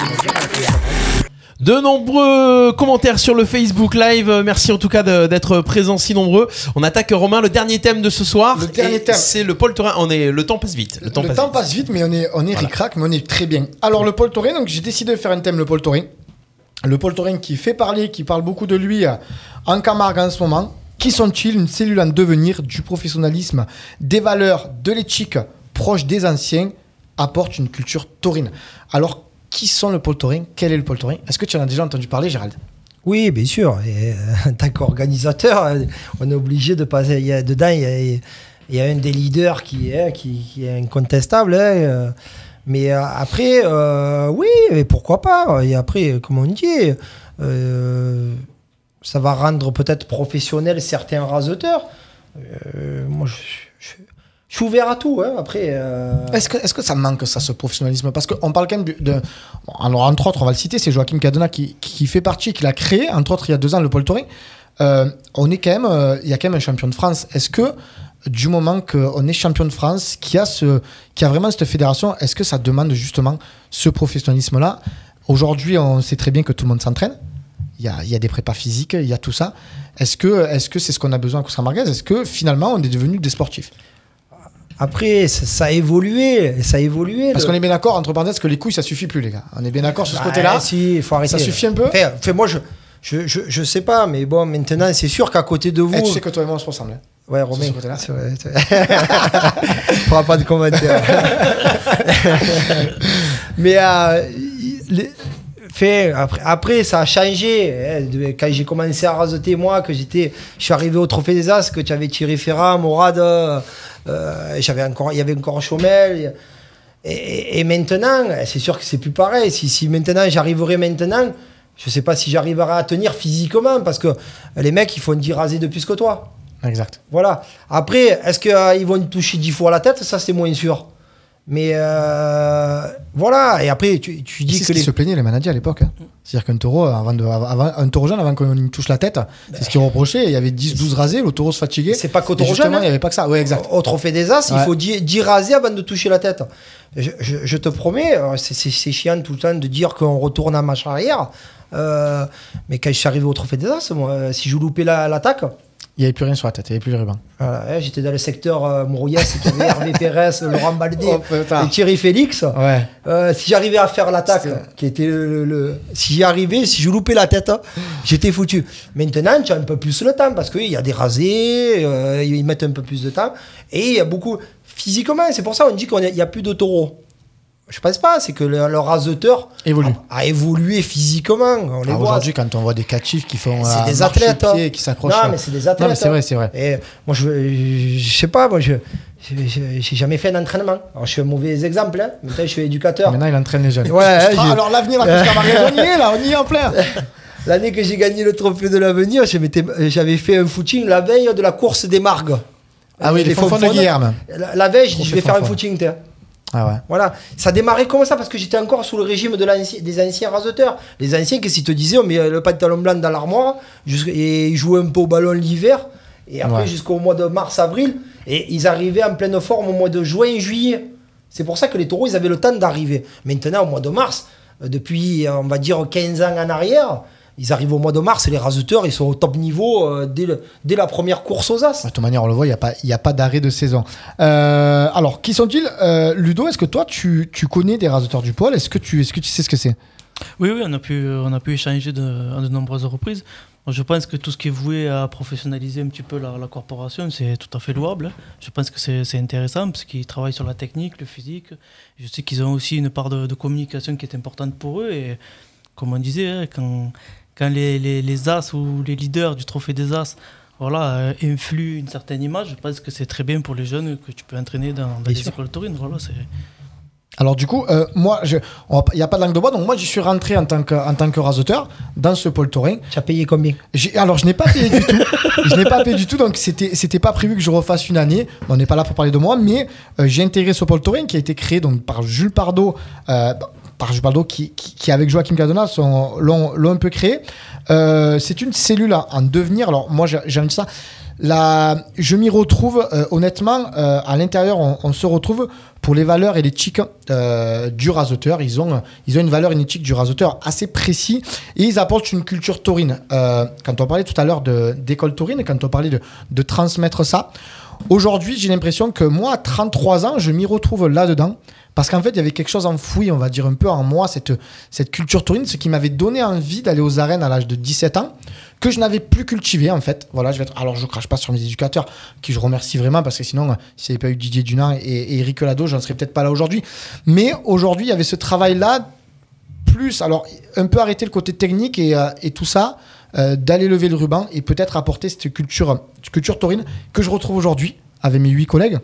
Speaker 2: De nombreux commentaires sur le Facebook Live. Merci en tout cas de- d'être présents si nombreux. On attaque, Romain, le dernier thème de ce soir.
Speaker 3: Le dernier
Speaker 2: Et
Speaker 3: thème.
Speaker 2: C'est le Paul Taurin. On est, le temps passe vite. Le temps
Speaker 3: le
Speaker 2: passe
Speaker 3: temps
Speaker 2: vite.
Speaker 3: passe vite, mais on est, on est
Speaker 2: Voilà.
Speaker 3: ric-rac, mais on est très bien. Alors, le Paul Taurin, donc j'ai décidé de faire un thème, le Paul Taurin. Le Paul Taurin qui fait parler, qui parle beaucoup de lui euh, en Camargue en ce moment. Qui sont-ils? Une cellule en devenir, du professionnalisme, des valeurs, de l'éthique proche des anciens, apporte une culture taurine. Alors, qui sont le Paul Taurin? Quel est le Paul Taurin? Est-ce que tu en as déjà entendu parler, Gérald?
Speaker 4: Oui, bien sûr. Et, euh, en tant qu'organisateur, euh, on est obligé de passer. Il y a, dedans, il y a, il y a un des leaders qui est, qui, qui est incontestable. Hein, euh, mais euh, après, euh, oui, et pourquoi pas? Et après, comme on dit, euh, ça va rendre peut-être professionnels certains raseteurs. Euh, moi, je, je, je suis ouvert à tout. Hein, après. Euh...
Speaker 3: Est-ce que, est-ce que ça manque, ça, ce professionnalisme? Parce qu'on parle quand même de... de- bon, alors, entre autres, on va le citer, c'est Joachim Cadena qui, qui fait partie, qui l'a créé, entre autres, il y a deux ans, le Paul Taurin. Euh, on est quand même... euh, il y a quand même un champion de France. Est-ce que, du moment qu'on est champion de France, qu'il y a, ce, qu'il y a vraiment cette fédération, est-ce que ça demande justement ce professionnalisme-là? Aujourd'hui, on sait très bien que tout le monde s'entraîne. Il y a, il y a des prépas physiques, il y a tout ça. Est-ce que, est-ce que c'est ce qu'on a besoin à Course Camarguaise? Est-ce que, finalement, on est devenus des sportifs?
Speaker 4: Après, ça, ça a évolué. Ça a évolué.
Speaker 3: Parce
Speaker 4: le-
Speaker 3: qu'on est bien d'accord, entre parenthèses, que les couilles, ça suffit plus, les gars. On est bien d'accord sur ce
Speaker 4: Bah,
Speaker 3: côté-là.
Speaker 4: Si, il faut arrêter.
Speaker 3: Ça suffit un peu?
Speaker 4: Enfin, enfin, moi, je, je, je, je sais pas, mais bon, maintenant, c'est sûr qu'à côté de vous.
Speaker 3: Eh, tu sais que toi et moi, on se ressemble. hein.
Speaker 4: Ouais, Romain.
Speaker 3: ce côté-là.
Speaker 4: c'est vrai, c'est- Il fera pas de commentaires. mais euh, les- fait, après, après, ça a changé. hein, de- Quand j'ai commencé à raseter, moi, que j'étais, je suis arrivé au Trophée des As, que tu avais Thierry Ferrand, Morad, euh, j'avais encore, il y avait encore Chomel. Et, et- et maintenant, c'est sûr que c'est plus pareil. Si, si maintenant j'arriverai maintenant, je sais pas si j'arriverai à tenir physiquement, parce que les mecs, ils font dix rasés de plus que toi.
Speaker 3: Exact.
Speaker 4: Voilà. Après, est-ce qu'ils vont te toucher dix fois la tête? Ça, c'est moins sûr. Mais euh, voilà. Et après, tu, tu dis
Speaker 3: C'est
Speaker 4: que
Speaker 3: ce qui
Speaker 4: les...
Speaker 3: se plaignait les managers à l'époque. hein. C'est-à-dire qu'un taureau, avant de, avant, un taureau jeune, avant qu'on lui touche la tête, c'est ce qu'ils reprochaient. Il y avait dix douze rasés, le taureau se fatiguait.
Speaker 4: C'est pas qu'au
Speaker 3: Et
Speaker 4: taureau
Speaker 3: justement,
Speaker 4: jeune, hein.
Speaker 3: il n'y avait pas que ça. Oui, exact.
Speaker 4: Au Trophée des As, il
Speaker 3: Ouais.
Speaker 4: faut dix, dix rasés avant de toucher la tête. Je, je- je te promets, euh, c'est, c'est, c'est chiant tout le temps de dire qu'on retourne en marche arrière. Euh, mais quand je suis arrivé au Trophée des As, moi, euh, si je loupais la- l'attaque,
Speaker 3: Il n'y avait plus rien sur la tête, il n'y avait plus le ruban.
Speaker 4: voilà, hein, j'étais dans le secteur euh, Mouriès, qui avait Hervé Pérez, Laurent Baldé
Speaker 3: Oh, putain.
Speaker 4: et Thierry Félix.
Speaker 3: Ouais.
Speaker 4: Euh, si j'arrivais à faire l'attaque,
Speaker 3: C'était-
Speaker 4: qui était le, le- le- si j'y arrivais, si je loupais la tête, hein, j'étais foutu. Maintenant, tu as un peu plus le temps parce qu'il y a des rasés, euh, ils mettent un peu plus de temps et il y a beaucoup physiquement. C'est pour ça qu'on dit qu'il n'y a plus de taureaux. Je pense pas, c'est que le, le raseteur
Speaker 3: Évolue.
Speaker 4: a, a évolué physiquement. On les
Speaker 3: Ah,
Speaker 4: voit.
Speaker 3: aujourd'hui, quand on voit des catifs qui font
Speaker 4: C'est
Speaker 3: euh,
Speaker 4: des
Speaker 3: marche
Speaker 4: athlètes,
Speaker 3: au pied,
Speaker 4: hein.
Speaker 3: qui s'accrochent.
Speaker 4: Non, mais c'est des athlètes.
Speaker 3: Non, mais c'est
Speaker 4: hein.
Speaker 3: vrai, c'est vrai.
Speaker 4: Et moi, je, je, je sais pas, moi, je je- je- j'ai jamais fait d'entraînement. Alors, je suis un mauvais exemple. Hein. Maintenant, je suis éducateur.
Speaker 3: Maintenant, il entraîne les jeunes.
Speaker 4: Ouais,
Speaker 3: Ah,
Speaker 4: j'ai-
Speaker 3: alors l'avenir, la Course Camarguaise, on y est là, on y est en plein.
Speaker 4: L'année que j'ai gagné le trophée de l'avenir, je m'étais- j'avais fait un footing la veille de la course des Margues.
Speaker 3: Ah oui, les fonds de Guilherme.
Speaker 4: La, la veille, je dis,
Speaker 3: Trophée
Speaker 4: je vais faire un
Speaker 3: fanfare.
Speaker 4: footing. t'es.
Speaker 3: Ah ouais.
Speaker 4: Voilà. Ça démarrait comme ça parce que j'étais encore sous le régime de l'ancien- des anciens raseteurs. Les anciens, qu'est-ce qu'ils te disaient? On met le pantalon blanc dans l'armoire jusqu'- et ils jouaient un peu au ballon l'hiver. Et après,
Speaker 3: Ouais.
Speaker 4: jusqu'au mois de mars-avril. Et ils arrivaient en pleine forme au mois de juin-juillet. C'est pour ça que les taureaux, ils avaient le temps d'arriver. Maintenant, au mois de mars, euh, depuis, euh, on va dire, quinze ans en arrière, ils arrivent au mois de mars et les raseteurs, ils sont au top niveau euh, dès, le- dès la première course aux As.
Speaker 3: De toute manière, on le voit, il n'y a pas, il y a pas d'arrêt de saison. Euh, alors, qui sont-ils? Euh, Ludo, est-ce que toi, tu, tu connais des raseteurs du pôle? Est-ce que, tu, est-ce que tu sais ce que c'est?
Speaker 5: Oui, oui, on a pu, on a pu échanger de, à de nombreuses reprises. Moi, je pense que tout ce qui est voué à professionnaliser un petit peu la, la corporation, c'est tout à fait louable. Je pense que c'est, c'est intéressant parce qu'ils travaillent sur la technique, le physique. Je sais qu'ils ont aussi une part de, de communication qui est importante pour eux. Et comme on disait, hein, quand, quand les, les, les As ou les leaders du trophée des As voilà, euh, influent une certaine image, je pense que c'est très bien pour les jeunes que tu peux entraîner dans, dans les écoles taurines. Voilà, c'est...
Speaker 3: Alors du coup, euh, moi, il n'y a pas de langue de bois, donc moi j'y suis rentré en tant que, en tant que raseteur dans ce pôle taurin.
Speaker 4: Tu as payé combien?
Speaker 3: J'ai, alors je n'ai pas payé du tout, je n'ai pas payé du tout, donc c'était, c'était pas prévu que je refasse une année. Bon, on n'est pas là pour parler de moi, mais euh, j'ai intégré ce pôle taurin qui a été créé donc, par Jules Pardo, euh, par Jules Pardo qui, qui, qui avec Joachim Cadona sont, l'ont, l'ont un peu créé. Euh, c'est une cellule en devenir, alors moi j'aime ça. La, je m'y retrouve euh, honnêtement euh, à l'intérieur on, on se retrouve pour les valeurs et l'éthique euh, du raseteur. Ils ont, ils ont une valeur et une éthique du raseteur assez précis et ils apportent une culture taurine. Euh, quand on parlait tout à l'heure de, d'école taurine, quand on parlait de, de transmettre ça, aujourd'hui j'ai l'impression que moi à trente-trois ans je m'y retrouve là-dedans. Parce qu'en fait, il y avait quelque chose enfoui, on va dire un peu en moi, cette, cette culture taurine, ce qui m'avait donné envie d'aller aux arènes à l'âge de dix-sept ans, que je n'avais plus cultivé en fait. Voilà, je vais être... Alors, je ne crache pas sur mes éducateurs, qui je remercie vraiment, parce que sinon, s'il n'y avait pas eu Didier Dunant et, et Eric Lado, je n'en serais peut-être pas là aujourd'hui. Mais aujourd'hui, il y avait ce travail-là, plus, alors, un peu arrêter le côté technique et, euh, et tout ça, euh, d'aller lever le ruban et peut-être apporter cette culture, cette culture taurine que je retrouve aujourd'hui avec mes huit collègues.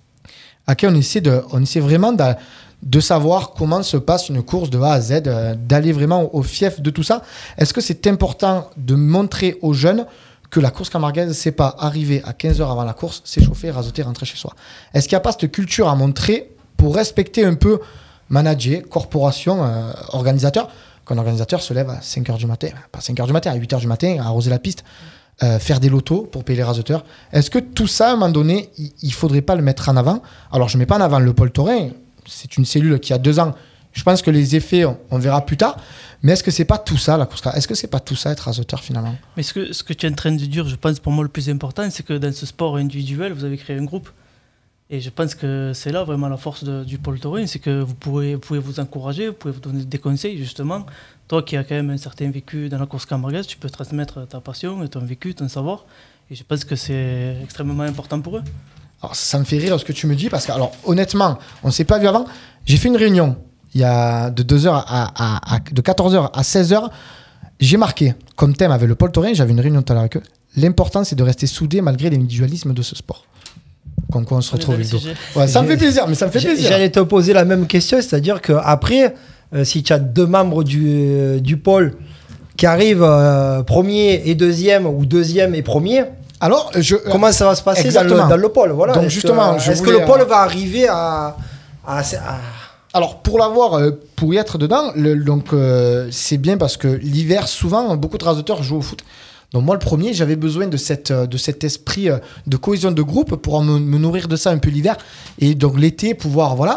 Speaker 3: À qui on essaie, de, on essaie vraiment de, de savoir comment se passe une course de A à Z, euh, d'aller vraiment au fief de tout ça. Est-ce que c'est important de montrer aux jeunes que la course camarguaise, c'est pas arriver à quinze heures avant la course, s'échauffer, rasoter, rentrer chez soi? Est-ce qu'il n'y a pas cette culture à montrer pour respecter un peu manager, corporation, euh, organisateur, qu'un organisateur se lève à cinq heures du matin, pas cinq heures du matin, à huit heures du matin, à arroser la piste, Euh, faire des lotos pour payer les raseteurs. Est-ce que tout ça, à un moment donné, il ne faudrait pas le mettre en avant? Alors, je ne mets pas en avant le pôle taurin. C'est une cellule qui a deux ans. Je pense que les effets, on, on verra plus tard. Mais est-ce que ce n'est pas tout ça, la course? Est-ce que ce n'est pas tout ça, être raseteur, finalement?
Speaker 5: Mais ce que, ce que tu es en train de dire, je pense, pour moi, le plus important, c'est que dans ce sport individuel, vous avez créé un groupe. Et je pense que c'est là vraiment la force de, du pôle taurin, c'est que vous pouvez, vous pouvez vous encourager, vous pouvez vous donner des conseils, justement. Toi qui as quand même un certain vécu dans la course camarguaise, tu peux transmettre ta passion, ton vécu, ton savoir. Et je pense que c'est extrêmement important pour eux.
Speaker 3: Alors, ça me fait rire ce que tu me dis, parce que, alors, honnêtement, on ne s'est pas vu avant. J'ai fait une réunion il y a de, deux heures à, à, à, de quatorze heures à seize heures. J'ai marqué, comme thème avec le pôle taurin, j'avais une réunion tout à l'heure avec eux, l'important c'est de rester soudé malgré l'individualisme de ce sport. Comme quoi on se retrouve, Ludo. Ouais, ça me fait plaisir, mais ça me fait plaisir.
Speaker 4: J'allais te poser la même question, c'est-à-dire qu'après, euh, si tu as deux membres du, euh, du pôle qui arrivent euh, premier et deuxième, ou deuxième et premier,
Speaker 3: alors, je,
Speaker 4: comment ça va se passer dans le, dans le pôle? Voilà.
Speaker 3: Donc,
Speaker 4: est-ce
Speaker 3: justement,
Speaker 4: que,
Speaker 3: je
Speaker 4: est-ce
Speaker 3: voulais,
Speaker 4: que le pôle va arriver à... à, à...
Speaker 3: Alors, pour l'avoir, euh, pour y être dedans, le, donc, euh, c'est bien parce que l'hiver, souvent, beaucoup de raseteurs jouent au foot. Donc moi, le premier, j'avais besoin de, cette, de cet esprit de cohésion de groupe pour me, me nourrir de ça un peu l'hiver. Et donc l'été, pouvoir, voilà.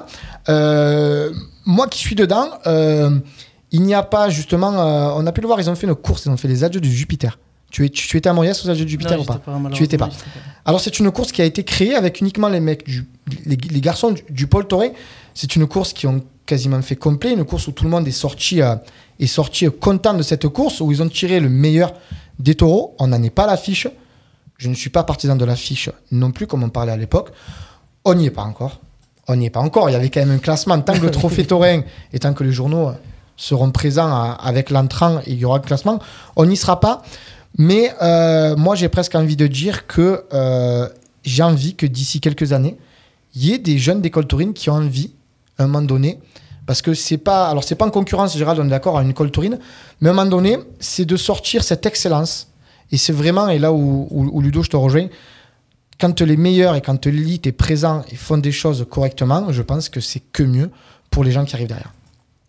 Speaker 3: Euh, moi qui suis dedans, euh, il n'y a pas justement... Euh, on a pu le voir, ils ont fait une course, ils ont fait les adieux du Jupiter. Tu, es, tu, tu étais à Moriès aux adieux du Jupiter? Non, ou pas, pas Tu étais pas. pas. Alors c'est une course qui a été créée avec uniquement les mecs, du, les, les garçons du, du pôle taurin. C'est une course qui ont quasiment fait complet, une course où tout le monde est sorti, euh, est sorti content de cette course, où ils ont tiré le meilleur des taureaux. On n'en est pas à l'affiche. Je ne suis pas partisan de l'affiche non plus, comme on parlait à l'époque. On n'y est pas encore. On n'y est pas encore. Il y avait quand même un classement. Tant que le trophée taurin et tant que les journaux seront présents à, avec l'entrant et il y aura le classement, on n'y sera pas. Mais euh, moi, j'ai presque envie de dire que euh, j'ai envie que d'ici quelques années, il y ait des jeunes d'école taurine qui ont envie, à un moment donné, parce que c'est pas, alors c'est pas en concurrence, Gérald, on est d'accord, à une école taurine, mais à un moment donné, c'est de sortir cette excellence. Et c'est vraiment, et là où, où, où Ludo, je te rejoins, quand les meilleurs et quand l'élite est présent et font des choses correctement, je pense que c'est que mieux pour les gens qui arrivent derrière.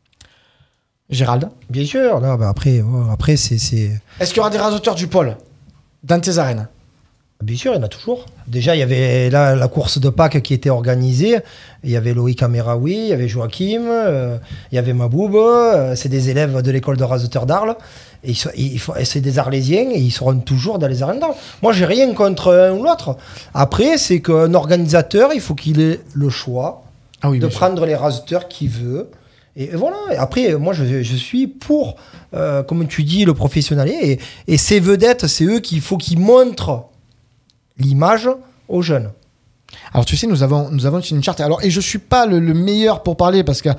Speaker 3: Gérald?
Speaker 4: Bien sûr, là, bah après, oh, après c'est, c'est...
Speaker 3: Est-ce qu'il y aura des raseteurs du pôle dans tes arènes?
Speaker 4: Bien sûr, il y en a toujours. Déjà, il y avait là, la course de Pâques qui était organisée. Il y avait Loïc Ameraoui, il y avait Joachim, euh, il y avait Maboub. Euh, c'est des élèves de l'école de raseteurs d'Arles. Et, ils, ils, c'est des Arlésiens et ils seront toujours dans les arènes d'Arles. Moi, j'ai rien contre un ou l'autre. Après, c'est qu'un organisateur, il faut qu'il ait le choix ah oui, de prendre sûr. les raseteurs qu'il veut. Et voilà. Et après, moi, je, je suis pour, euh, comme tu dis, le professionnel. Et, et ces vedettes, c'est eux qu'il faut qu'ils montrent l'image aux jeunes.
Speaker 3: Alors tu sais, nous avons, nous avons une charte. Alors, et je ne suis pas le, le meilleur pour parler parce que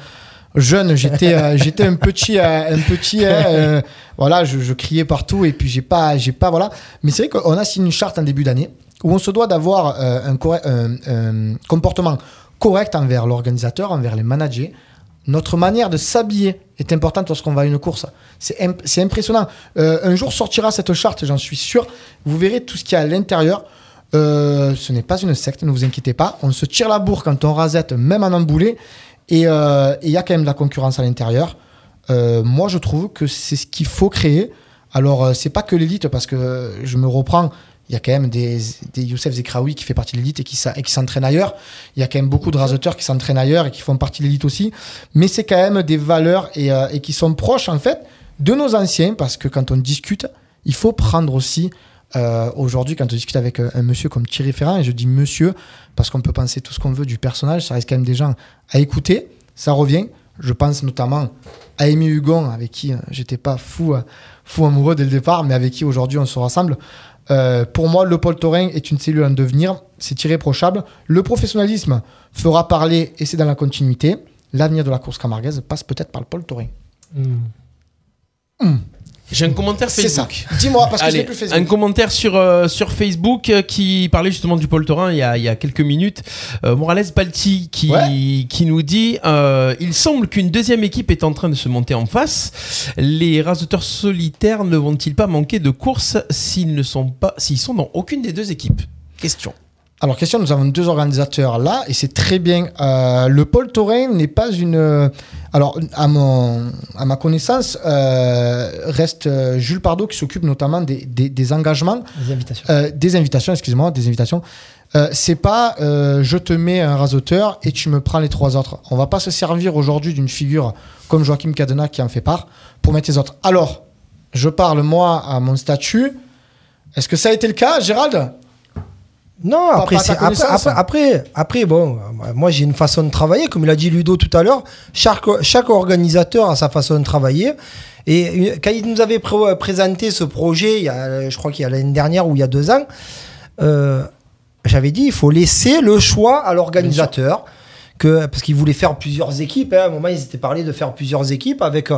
Speaker 3: jeune, j'étais, euh, j'étais un petit, euh, un petit, hein, euh, voilà, je, je criais partout et puis j'ai pas, j'ai pas, voilà. Mais c'est vrai qu'on a signé une charte en début d'année où on se doit d'avoir euh, un, correct, un, un comportement correct envers l'organisateur, envers les managers. Notre manière de s'habiller est importante lorsqu'on va à une course. C'est, imp- c'est impressionnant. Euh, un jour sortira cette charte, j'en suis sûr. Vous verrez tout ce qu'il y a à l'intérieur. Euh, ce n'est pas une secte, ne vous inquiétez pas. On se tire la bourre quand on rasette, même en emboulé. Et il euh, y a quand même de la concurrence à l'intérieur. Euh, moi, je trouve que c'est ce qu'il faut créer. Alors, euh, c'est pas que l'élite, parce que euh, je me reprends. Il y a quand même des, des Youssef Zekraoui qui fait partie de l'élite et qui, sa- et qui s'entraînent ailleurs. Il y a quand même beaucoup de raseteurs qui s'entraînent ailleurs et qui font partie de l'élite aussi. Mais c'est quand même des valeurs et, euh, et qui sont proches, en fait, de nos anciens. Parce que quand on discute, il faut prendre aussi... Euh, aujourd'hui, quand on discute avec un, un monsieur comme Thierry Ferrand, et je dis monsieur, parce qu'on peut penser tout ce qu'on veut du personnage, ça reste quand même des gens à écouter. Ça revient. Je pense notamment à Aimé Hugon, avec qui euh, j'étais pas fou, euh, fou amoureux dès le départ, mais avec qui aujourd'hui on se rassemble. Euh, pour moi, le Paul Taurin est une cellule en devenir, c'est irréprochable. Le professionnalisme fera parler et c'est dans la continuité. L'avenir de la course camarguaise passe peut-être par le Paul Taurin.
Speaker 4: Mmh.
Speaker 3: Mmh.
Speaker 2: J'ai un commentaire
Speaker 3: C'est ça.
Speaker 2: Facebook.
Speaker 3: Dis-moi, parce que
Speaker 2: Allez,
Speaker 3: je n'ai plus Facebook.
Speaker 2: un commentaire sur, euh, sur Facebook euh, qui parlait justement du Paul Taurin il y a, il y a quelques minutes. Euh, Morales Balti qui,
Speaker 3: Ouais.
Speaker 2: qui nous dit euh, il semble qu'une deuxième équipe est en train de se monter en face. Les raseteurs solitaires ne vont-ils pas manquer de course s'ils ne sont pas, s'ils sont dans aucune des deux équipes? Question.
Speaker 3: Alors, question, nous avons deux organisateurs là, et c'est très bien. Euh, le Paul Taurin n'est pas une... euh, Alors, à, mon, à ma connaissance, euh, reste euh, Jules Pardo qui s'occupe notamment des, des, des engagements,
Speaker 4: Les invitations.
Speaker 3: euh, des invitations, excusez-moi, des invitations. Euh, c'est pas euh, je te mets un rasoteur et tu me prends les trois autres. On va pas se servir aujourd'hui d'une figure comme Joachim Cadena qui en fait part pour mettre les autres. Alors, je parle moi à mon statut. Est-ce que ça a été le cas, Gérald ?
Speaker 4: Non,
Speaker 3: Pas-
Speaker 4: après,
Speaker 3: pas à ta
Speaker 4: c'est, après,
Speaker 3: connaissance.
Speaker 4: après, après, après, bon, euh, moi j'ai une façon de travailler, comme il a dit Ludo tout à l'heure, chaque, chaque organisateur a sa façon de travailler. Et une- quand il nous avait pré- présenté ce projet, il y a, je crois qu'il y a l'année dernière ou il y a deux ans, euh, j'avais dit il faut laisser le choix à l'organisateur. Que, parce qu'ils voulaient faire plusieurs équipes. Hein. À un moment, ils étaient parlé de faire plusieurs équipes avec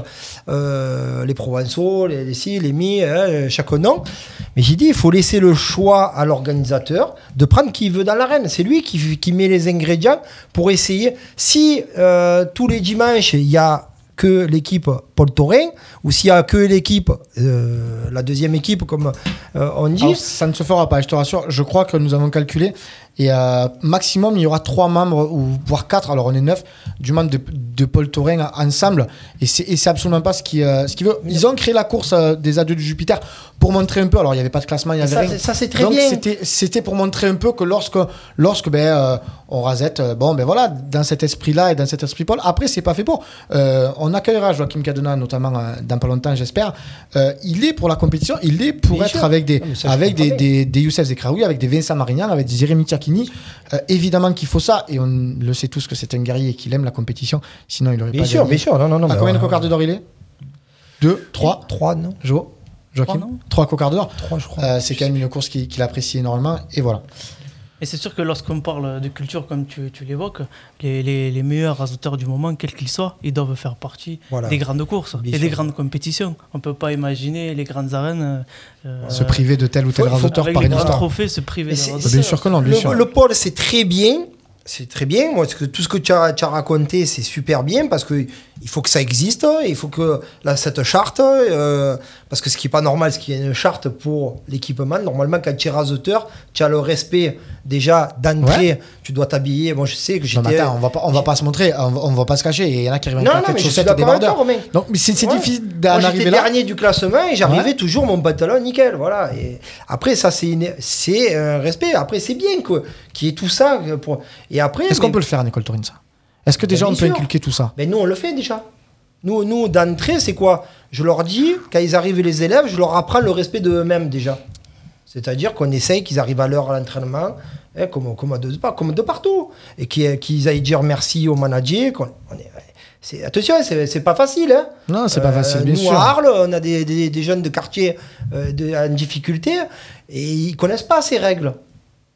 Speaker 4: euh, les Provençaux, les, les ci, les mi, hein, chaque nom. Mais j'ai dit, il faut laisser le choix à l'organisateur de prendre qui il veut dans l'arène. C'est lui qui, qui met les ingrédients pour essayer. Si euh, tous les dimanches, il y a que l'équipe Paul Taurin, ou s'il y a que l'équipe, euh, la deuxième équipe, comme euh, on dit.
Speaker 3: Alors, ça ne se fera pas, je te rassure. Je crois que nous avons calculé. Et euh, maximum, il y aura trois membres, ou voire quatre, alors on est neuf, du membre de, de Paul Taurin ensemble. Et c'est, et c'est absolument pas ce qu'il euh, ce qu'il veut. Ils ont créé la course euh, des adieux de Jupiter pour montrer un peu. Alors, il n'y avait pas de classement, il n'y avait
Speaker 4: ça,
Speaker 3: rien.
Speaker 4: c'est- ça, c'est très
Speaker 3: Donc,
Speaker 4: bien.
Speaker 3: C'était, c'était pour montrer un peu que lorsque, lorsque ben, euh, on rasette, euh, bon, ben voilà, dans cet esprit-là et dans cet esprit Paul. Après, c'est pas fait pour. Euh, on accueillera Joachim Cadena, notamment euh, dans pas longtemps, j'espère. Euh, il est pour la compétition, il est pour
Speaker 4: Bien
Speaker 3: être
Speaker 4: sûr.
Speaker 3: avec des,
Speaker 4: Non, mais ça, je
Speaker 3: avec des,
Speaker 4: comprends
Speaker 3: des, des Youssef Zekraoui, avec des Vincent Marignan, avec des Jérémy Tchakini. Euh, évidemment qu'il faut ça, et on le sait tous que c'est un guerrier et qu'il aime la compétition, sinon il aurait
Speaker 4: Bien
Speaker 3: pas
Speaker 4: sûr,
Speaker 3: gagné.
Speaker 4: bien sûr. Non, non, non.
Speaker 3: À
Speaker 4: mais
Speaker 3: combien de
Speaker 4: on-
Speaker 3: cocardes d'or il est Deux, trois,
Speaker 4: Trois, non
Speaker 3: Jo, Joachim
Speaker 5: Trois, non
Speaker 3: Trois cocardes d'or.
Speaker 4: Trois, je crois.
Speaker 3: Euh, c'est quand même une course qu'il, qu'il apprécie énormément, et voilà.
Speaker 5: Et c'est sûr que lorsqu'on parle de culture, comme tu, tu l'évoques, les, les, les meilleurs raseteurs du moment, quels qu'ils soient, ils doivent faire partie
Speaker 4: Voilà.
Speaker 5: des grandes courses
Speaker 4: Bien
Speaker 5: et
Speaker 4: sûr.
Speaker 5: des grandes compétitions. On ne peut pas imaginer les grandes arènes euh,
Speaker 3: Se priver de tel ou tel
Speaker 4: faut- faut
Speaker 3: rasoteur
Speaker 5: avec
Speaker 3: par
Speaker 5: les
Speaker 3: une
Speaker 5: grands
Speaker 3: histoire.
Speaker 5: trophées, se priver
Speaker 4: Mais
Speaker 5: de
Speaker 4: c'est-
Speaker 5: raseteurs.
Speaker 3: Bien sûr que non, bien
Speaker 4: le,
Speaker 3: sûr.
Speaker 4: le pôle, c'est très bien. C'est très bien. Moi, parce que tout ce que tu as, tu as raconté, c'est super bien parce que il faut que ça existe. Il faut que là, cette charte, euh, parce que ce qui n'est pas normal, c'est qu'il y a une charte pour l'équipement. Normalement, quand tu es raseteur, tu as le respect déjà d'entrée. Tu dois t'habiller. Moi, je sais que
Speaker 3: Non,
Speaker 4: j'étais.
Speaker 3: mais attends, on va pas, on va pas se montrer, on va, on va pas se cacher. Il y en a qui arrivent
Speaker 4: Non,
Speaker 3: en
Speaker 4: non,
Speaker 3: claquettes,
Speaker 4: mais je suis
Speaker 3: chaussettes,
Speaker 4: d'accord avec toi,
Speaker 3: débardeurs.
Speaker 4: Romain.
Speaker 3: Donc, mais c'est, c'est
Speaker 4: Ouais.
Speaker 3: difficile
Speaker 4: Moi,
Speaker 3: d'en
Speaker 4: j'étais
Speaker 3: arriver là.
Speaker 4: dernier du classement et j'arrivais
Speaker 3: Ouais.
Speaker 4: toujours mon pantalon nickel, voilà. Et après, ça c'est une- c'est un respect. Après, c'est bien que qu'il y ait tout ça pour. Et après,
Speaker 3: Est-ce qu'on
Speaker 4: mais-
Speaker 3: peut le faire, Nicole Taurin, ça Est-ce que déjà
Speaker 4: bien
Speaker 3: on peut
Speaker 4: sûr.
Speaker 3: inculquer tout ça
Speaker 4: Ben nous, on le fait déjà. Nous, nous d'entrée, c'est quoi? Je leur dis, quand ils arrivent les élèves, je leur apprends le respect d'eux-mêmes déjà. C'est-à-dire qu'on essaye qu'ils arrivent à l'heure à l'entraînement, hein, comme, comme, de, comme de partout. Et qu'ils, qu'ils aillent dire merci au manager. qu'on- on est- c'est, attention, c'est, c'est pas facile. Hein.
Speaker 3: Non, c'est pas
Speaker 4: Euh,
Speaker 3: facile, bien
Speaker 4: nous,
Speaker 3: sûr.
Speaker 4: à Arles, on a des, des, des jeunes de quartier euh, de- en difficulté et ils connaissent pas ces règles.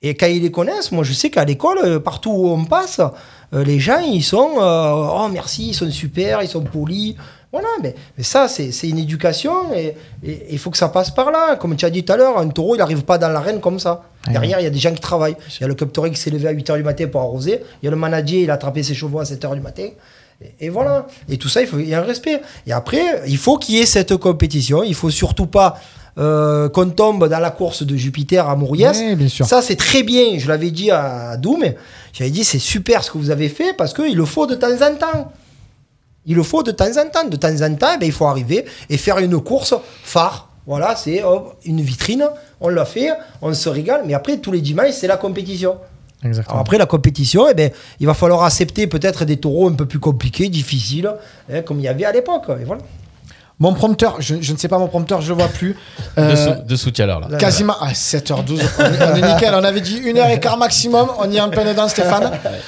Speaker 4: Et quand ils les connaissent, moi je sais qu'à l'école, euh, partout où on passe, euh, les gens ils sont euh, oh merci, ils sont super, ils sont polis. Voilà, mais, mais ça c'est, c'est une éducation et il faut que ça passe par là. Comme tu as dit tout à l'heure, un taureau il n'arrive pas dans l'arène comme ça. Derrière il y a des gens qui travaillent. Il y a le club tauré qui s'est levé à huit heures du matin pour arroser. Il y a le manager, il a attrapé ses chevaux à sept heures du matin. Et, et voilà. Et tout ça, il, faut, il y a un respect. Et après, il faut qu'il y ait cette compétition. Il ne faut surtout pas euh, qu'on tombe dans la course de Jupiter à Mouriès.
Speaker 3: Oui, bien sûr.
Speaker 4: Ça, c'est très bien. Je l'avais dit à Doum. J'avais dit, c'est super ce que vous avez fait parce qu'il le faut de temps en temps. Il le faut de temps en temps. De temps en temps, ben, il faut arriver et faire une course phare. Voilà, c'est oh, une vitrine. On l'a fait, on se régale. Mais après, tous les dimanches, c'est la compétition.
Speaker 3: Exactement.
Speaker 4: Alors après, la compétition, eh ben, il va falloir accepter peut-être des taureaux un peu plus compliqués, difficiles, hein, comme il y avait à l'époque. Et voilà.
Speaker 3: Mon prompteur, je, je ne sais pas mon prompteur, je ne le vois plus. Euh,
Speaker 2: De, sou- de soutien alors là.
Speaker 3: Quasiment à sept heures douze. On est, on est nickel. On avait dit une heure quinze maximum. On y est en plein dedans, Stéphane.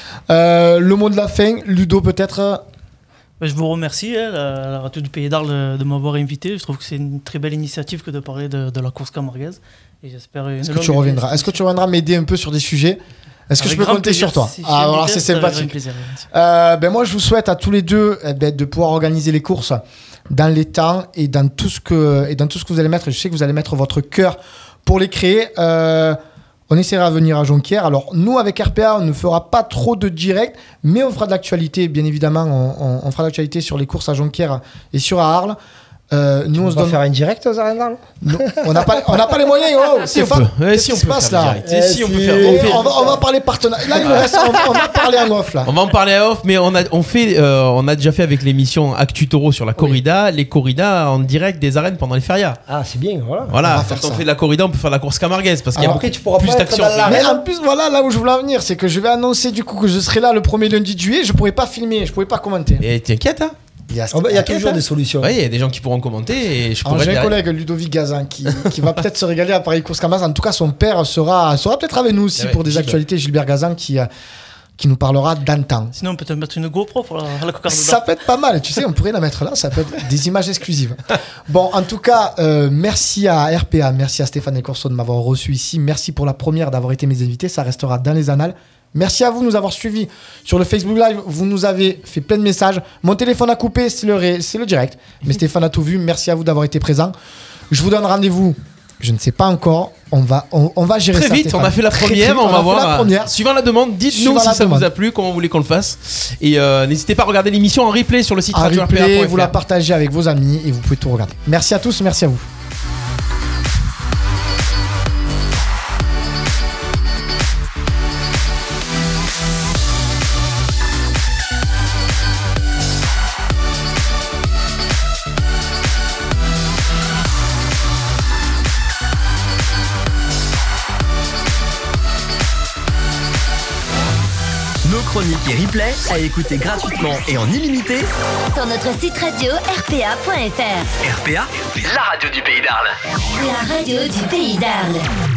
Speaker 3: Euh, le mot de la fin, Ludo peut-être.
Speaker 5: Ben, je vous remercie, hein, la, la radio du Pays d'Arles, de, de m'avoir invité. Je trouve que c'est une très belle initiative que de parler de, de la course camarguaise. Et j'espère une
Speaker 3: Est-ce que
Speaker 5: longue
Speaker 3: tu
Speaker 5: vie.
Speaker 3: reviendras Est-ce que tu reviendras m'aider un peu sur des sujets Est-ce que
Speaker 5: Avec
Speaker 3: je peux
Speaker 5: grand
Speaker 3: compter
Speaker 5: plaisir.
Speaker 3: sur toi
Speaker 5: Si- si
Speaker 3: Ah,
Speaker 5: tu
Speaker 3: voilà,
Speaker 5: m'invites,
Speaker 3: c'est
Speaker 5: avec grand
Speaker 3: sympathique.
Speaker 5: plaisir, bien sûr.
Speaker 3: Euh, ben moi, je vous souhaite à tous les deux eh ben, de pouvoir organiser les courses dans les temps et dans tout ce que, et dans tout ce que vous allez mettre. Je sais que vous allez mettre votre cœur pour les créer. Euh, on essaiera de venir à Jonquière. Alors, nous, avec R P A, on ne fera pas trop de direct, mais on fera de l'actualité, bien évidemment. On, on, on fera de l'actualité sur les courses à Jonquière et sur à Arles. Euh, nous, on
Speaker 4: On
Speaker 3: se
Speaker 4: va
Speaker 3: donne.
Speaker 4: faire un direct aux arènes d'Arles.
Speaker 3: Non, on n'a pas, on n'a pas les moyens. Oh,
Speaker 2: Si on
Speaker 3: Stéphane,
Speaker 2: peut. Ouais,
Speaker 3: qu'est-ce
Speaker 2: si
Speaker 3: qui
Speaker 2: on
Speaker 3: se
Speaker 2: peut
Speaker 3: passe
Speaker 2: faire
Speaker 3: là
Speaker 2: direct. Si, si, on peut faire.
Speaker 3: Et
Speaker 2: On fait-
Speaker 3: on, va, on va parler partenariat. Là, il nous reste. On, on va parler en off là.
Speaker 2: On va en parler à off, mais on a, on fait, euh, on a déjà fait avec l'émission Actu Taureau sur la corrida, les corridas en direct des arènes pendant les férias.
Speaker 4: Ah, c'est bien, voilà.
Speaker 2: Voilà,
Speaker 3: On va faire
Speaker 2: quand on
Speaker 3: ça.
Speaker 2: fait de la corrida, on peut faire la course camarguaise parce qu'il y a
Speaker 3: Alors
Speaker 4: après,
Speaker 2: beaucoup
Speaker 4: tu pourras
Speaker 2: plus
Speaker 4: pas être
Speaker 2: d'action.
Speaker 4: dans la-
Speaker 3: Mais
Speaker 4: Arène.
Speaker 3: en plus, voilà, là où je voulais en venir, c'est que je vais annoncer du coup que je serai là le premier lundi de juillet. Je pourrais pas filmer, je pourrais pas commenter.
Speaker 2: Et t'inquiète, hein.
Speaker 3: Il y a,
Speaker 4: Oh, bah, il y a
Speaker 2: T'inquiète,
Speaker 4: toujours
Speaker 2: hein.
Speaker 4: des solutions.
Speaker 2: Ouais, il y a des gens qui pourront commenter et je
Speaker 3: Alors,
Speaker 2: pourrais
Speaker 3: j'ai un
Speaker 2: dire-
Speaker 3: collègue, Ludovic Gazan, qui, qui va peut-être se régaler à Paris Course Camas. En tout cas, son père sera, sera peut-être avec nous aussi
Speaker 2: Ah ouais,
Speaker 3: pour des
Speaker 2: Gilles.
Speaker 3: actualités. Gilbert Gazan qui, euh, qui nous parlera d'antan.
Speaker 5: Sinon, on peut te mettre une GoPro pour la, la cocarde
Speaker 3: Ça peut être pas mal, tu sais, on pourrait la mettre là, ça peut être des images exclusives. Bon, en tout cas, euh, merci à R P A, merci à Stéphane Ecorso de m'avoir reçu ici, merci pour la première d'avoir été mes invités, ça restera dans les annales. Merci à vous de nous avoir suivis sur le Facebook Live, vous nous avez fait plein de messages. Mon téléphone a coupé, c'est le, ré- c'est le direct, mais Stéphane a tout vu, merci à vous d'avoir été présent. Je vous donne rendez-vous, je ne sais pas encore, on va, on, on va gérer
Speaker 2: Très
Speaker 3: ça.
Speaker 2: vite,
Speaker 3: Stéphane.
Speaker 2: on a fait la
Speaker 3: Très,
Speaker 2: première,
Speaker 3: très vite,
Speaker 2: on, va
Speaker 3: a fait
Speaker 2: voir.
Speaker 3: la
Speaker 2: euh,
Speaker 3: première.
Speaker 2: Suivant la demande, dites-nous
Speaker 3: Suivant
Speaker 2: si
Speaker 3: la
Speaker 2: ça
Speaker 3: demande.
Speaker 2: vous a plu, comment vous voulez qu'on le fasse. Et euh, n'hésitez pas à regarder l'émission en replay sur le site
Speaker 3: En
Speaker 2: radio R P A point
Speaker 3: replay,
Speaker 2: F R.
Speaker 3: vous la partagez avec vos amis et vous pouvez tout regarder. Merci à tous, merci à vous.
Speaker 1: Nos chroniques et replays à écouter gratuitement et en illimité.
Speaker 6: Sur notre site radio R P A point F R.
Speaker 1: R P A, la radio du pays d'Arles.
Speaker 6: La radio du Pays d'Arles.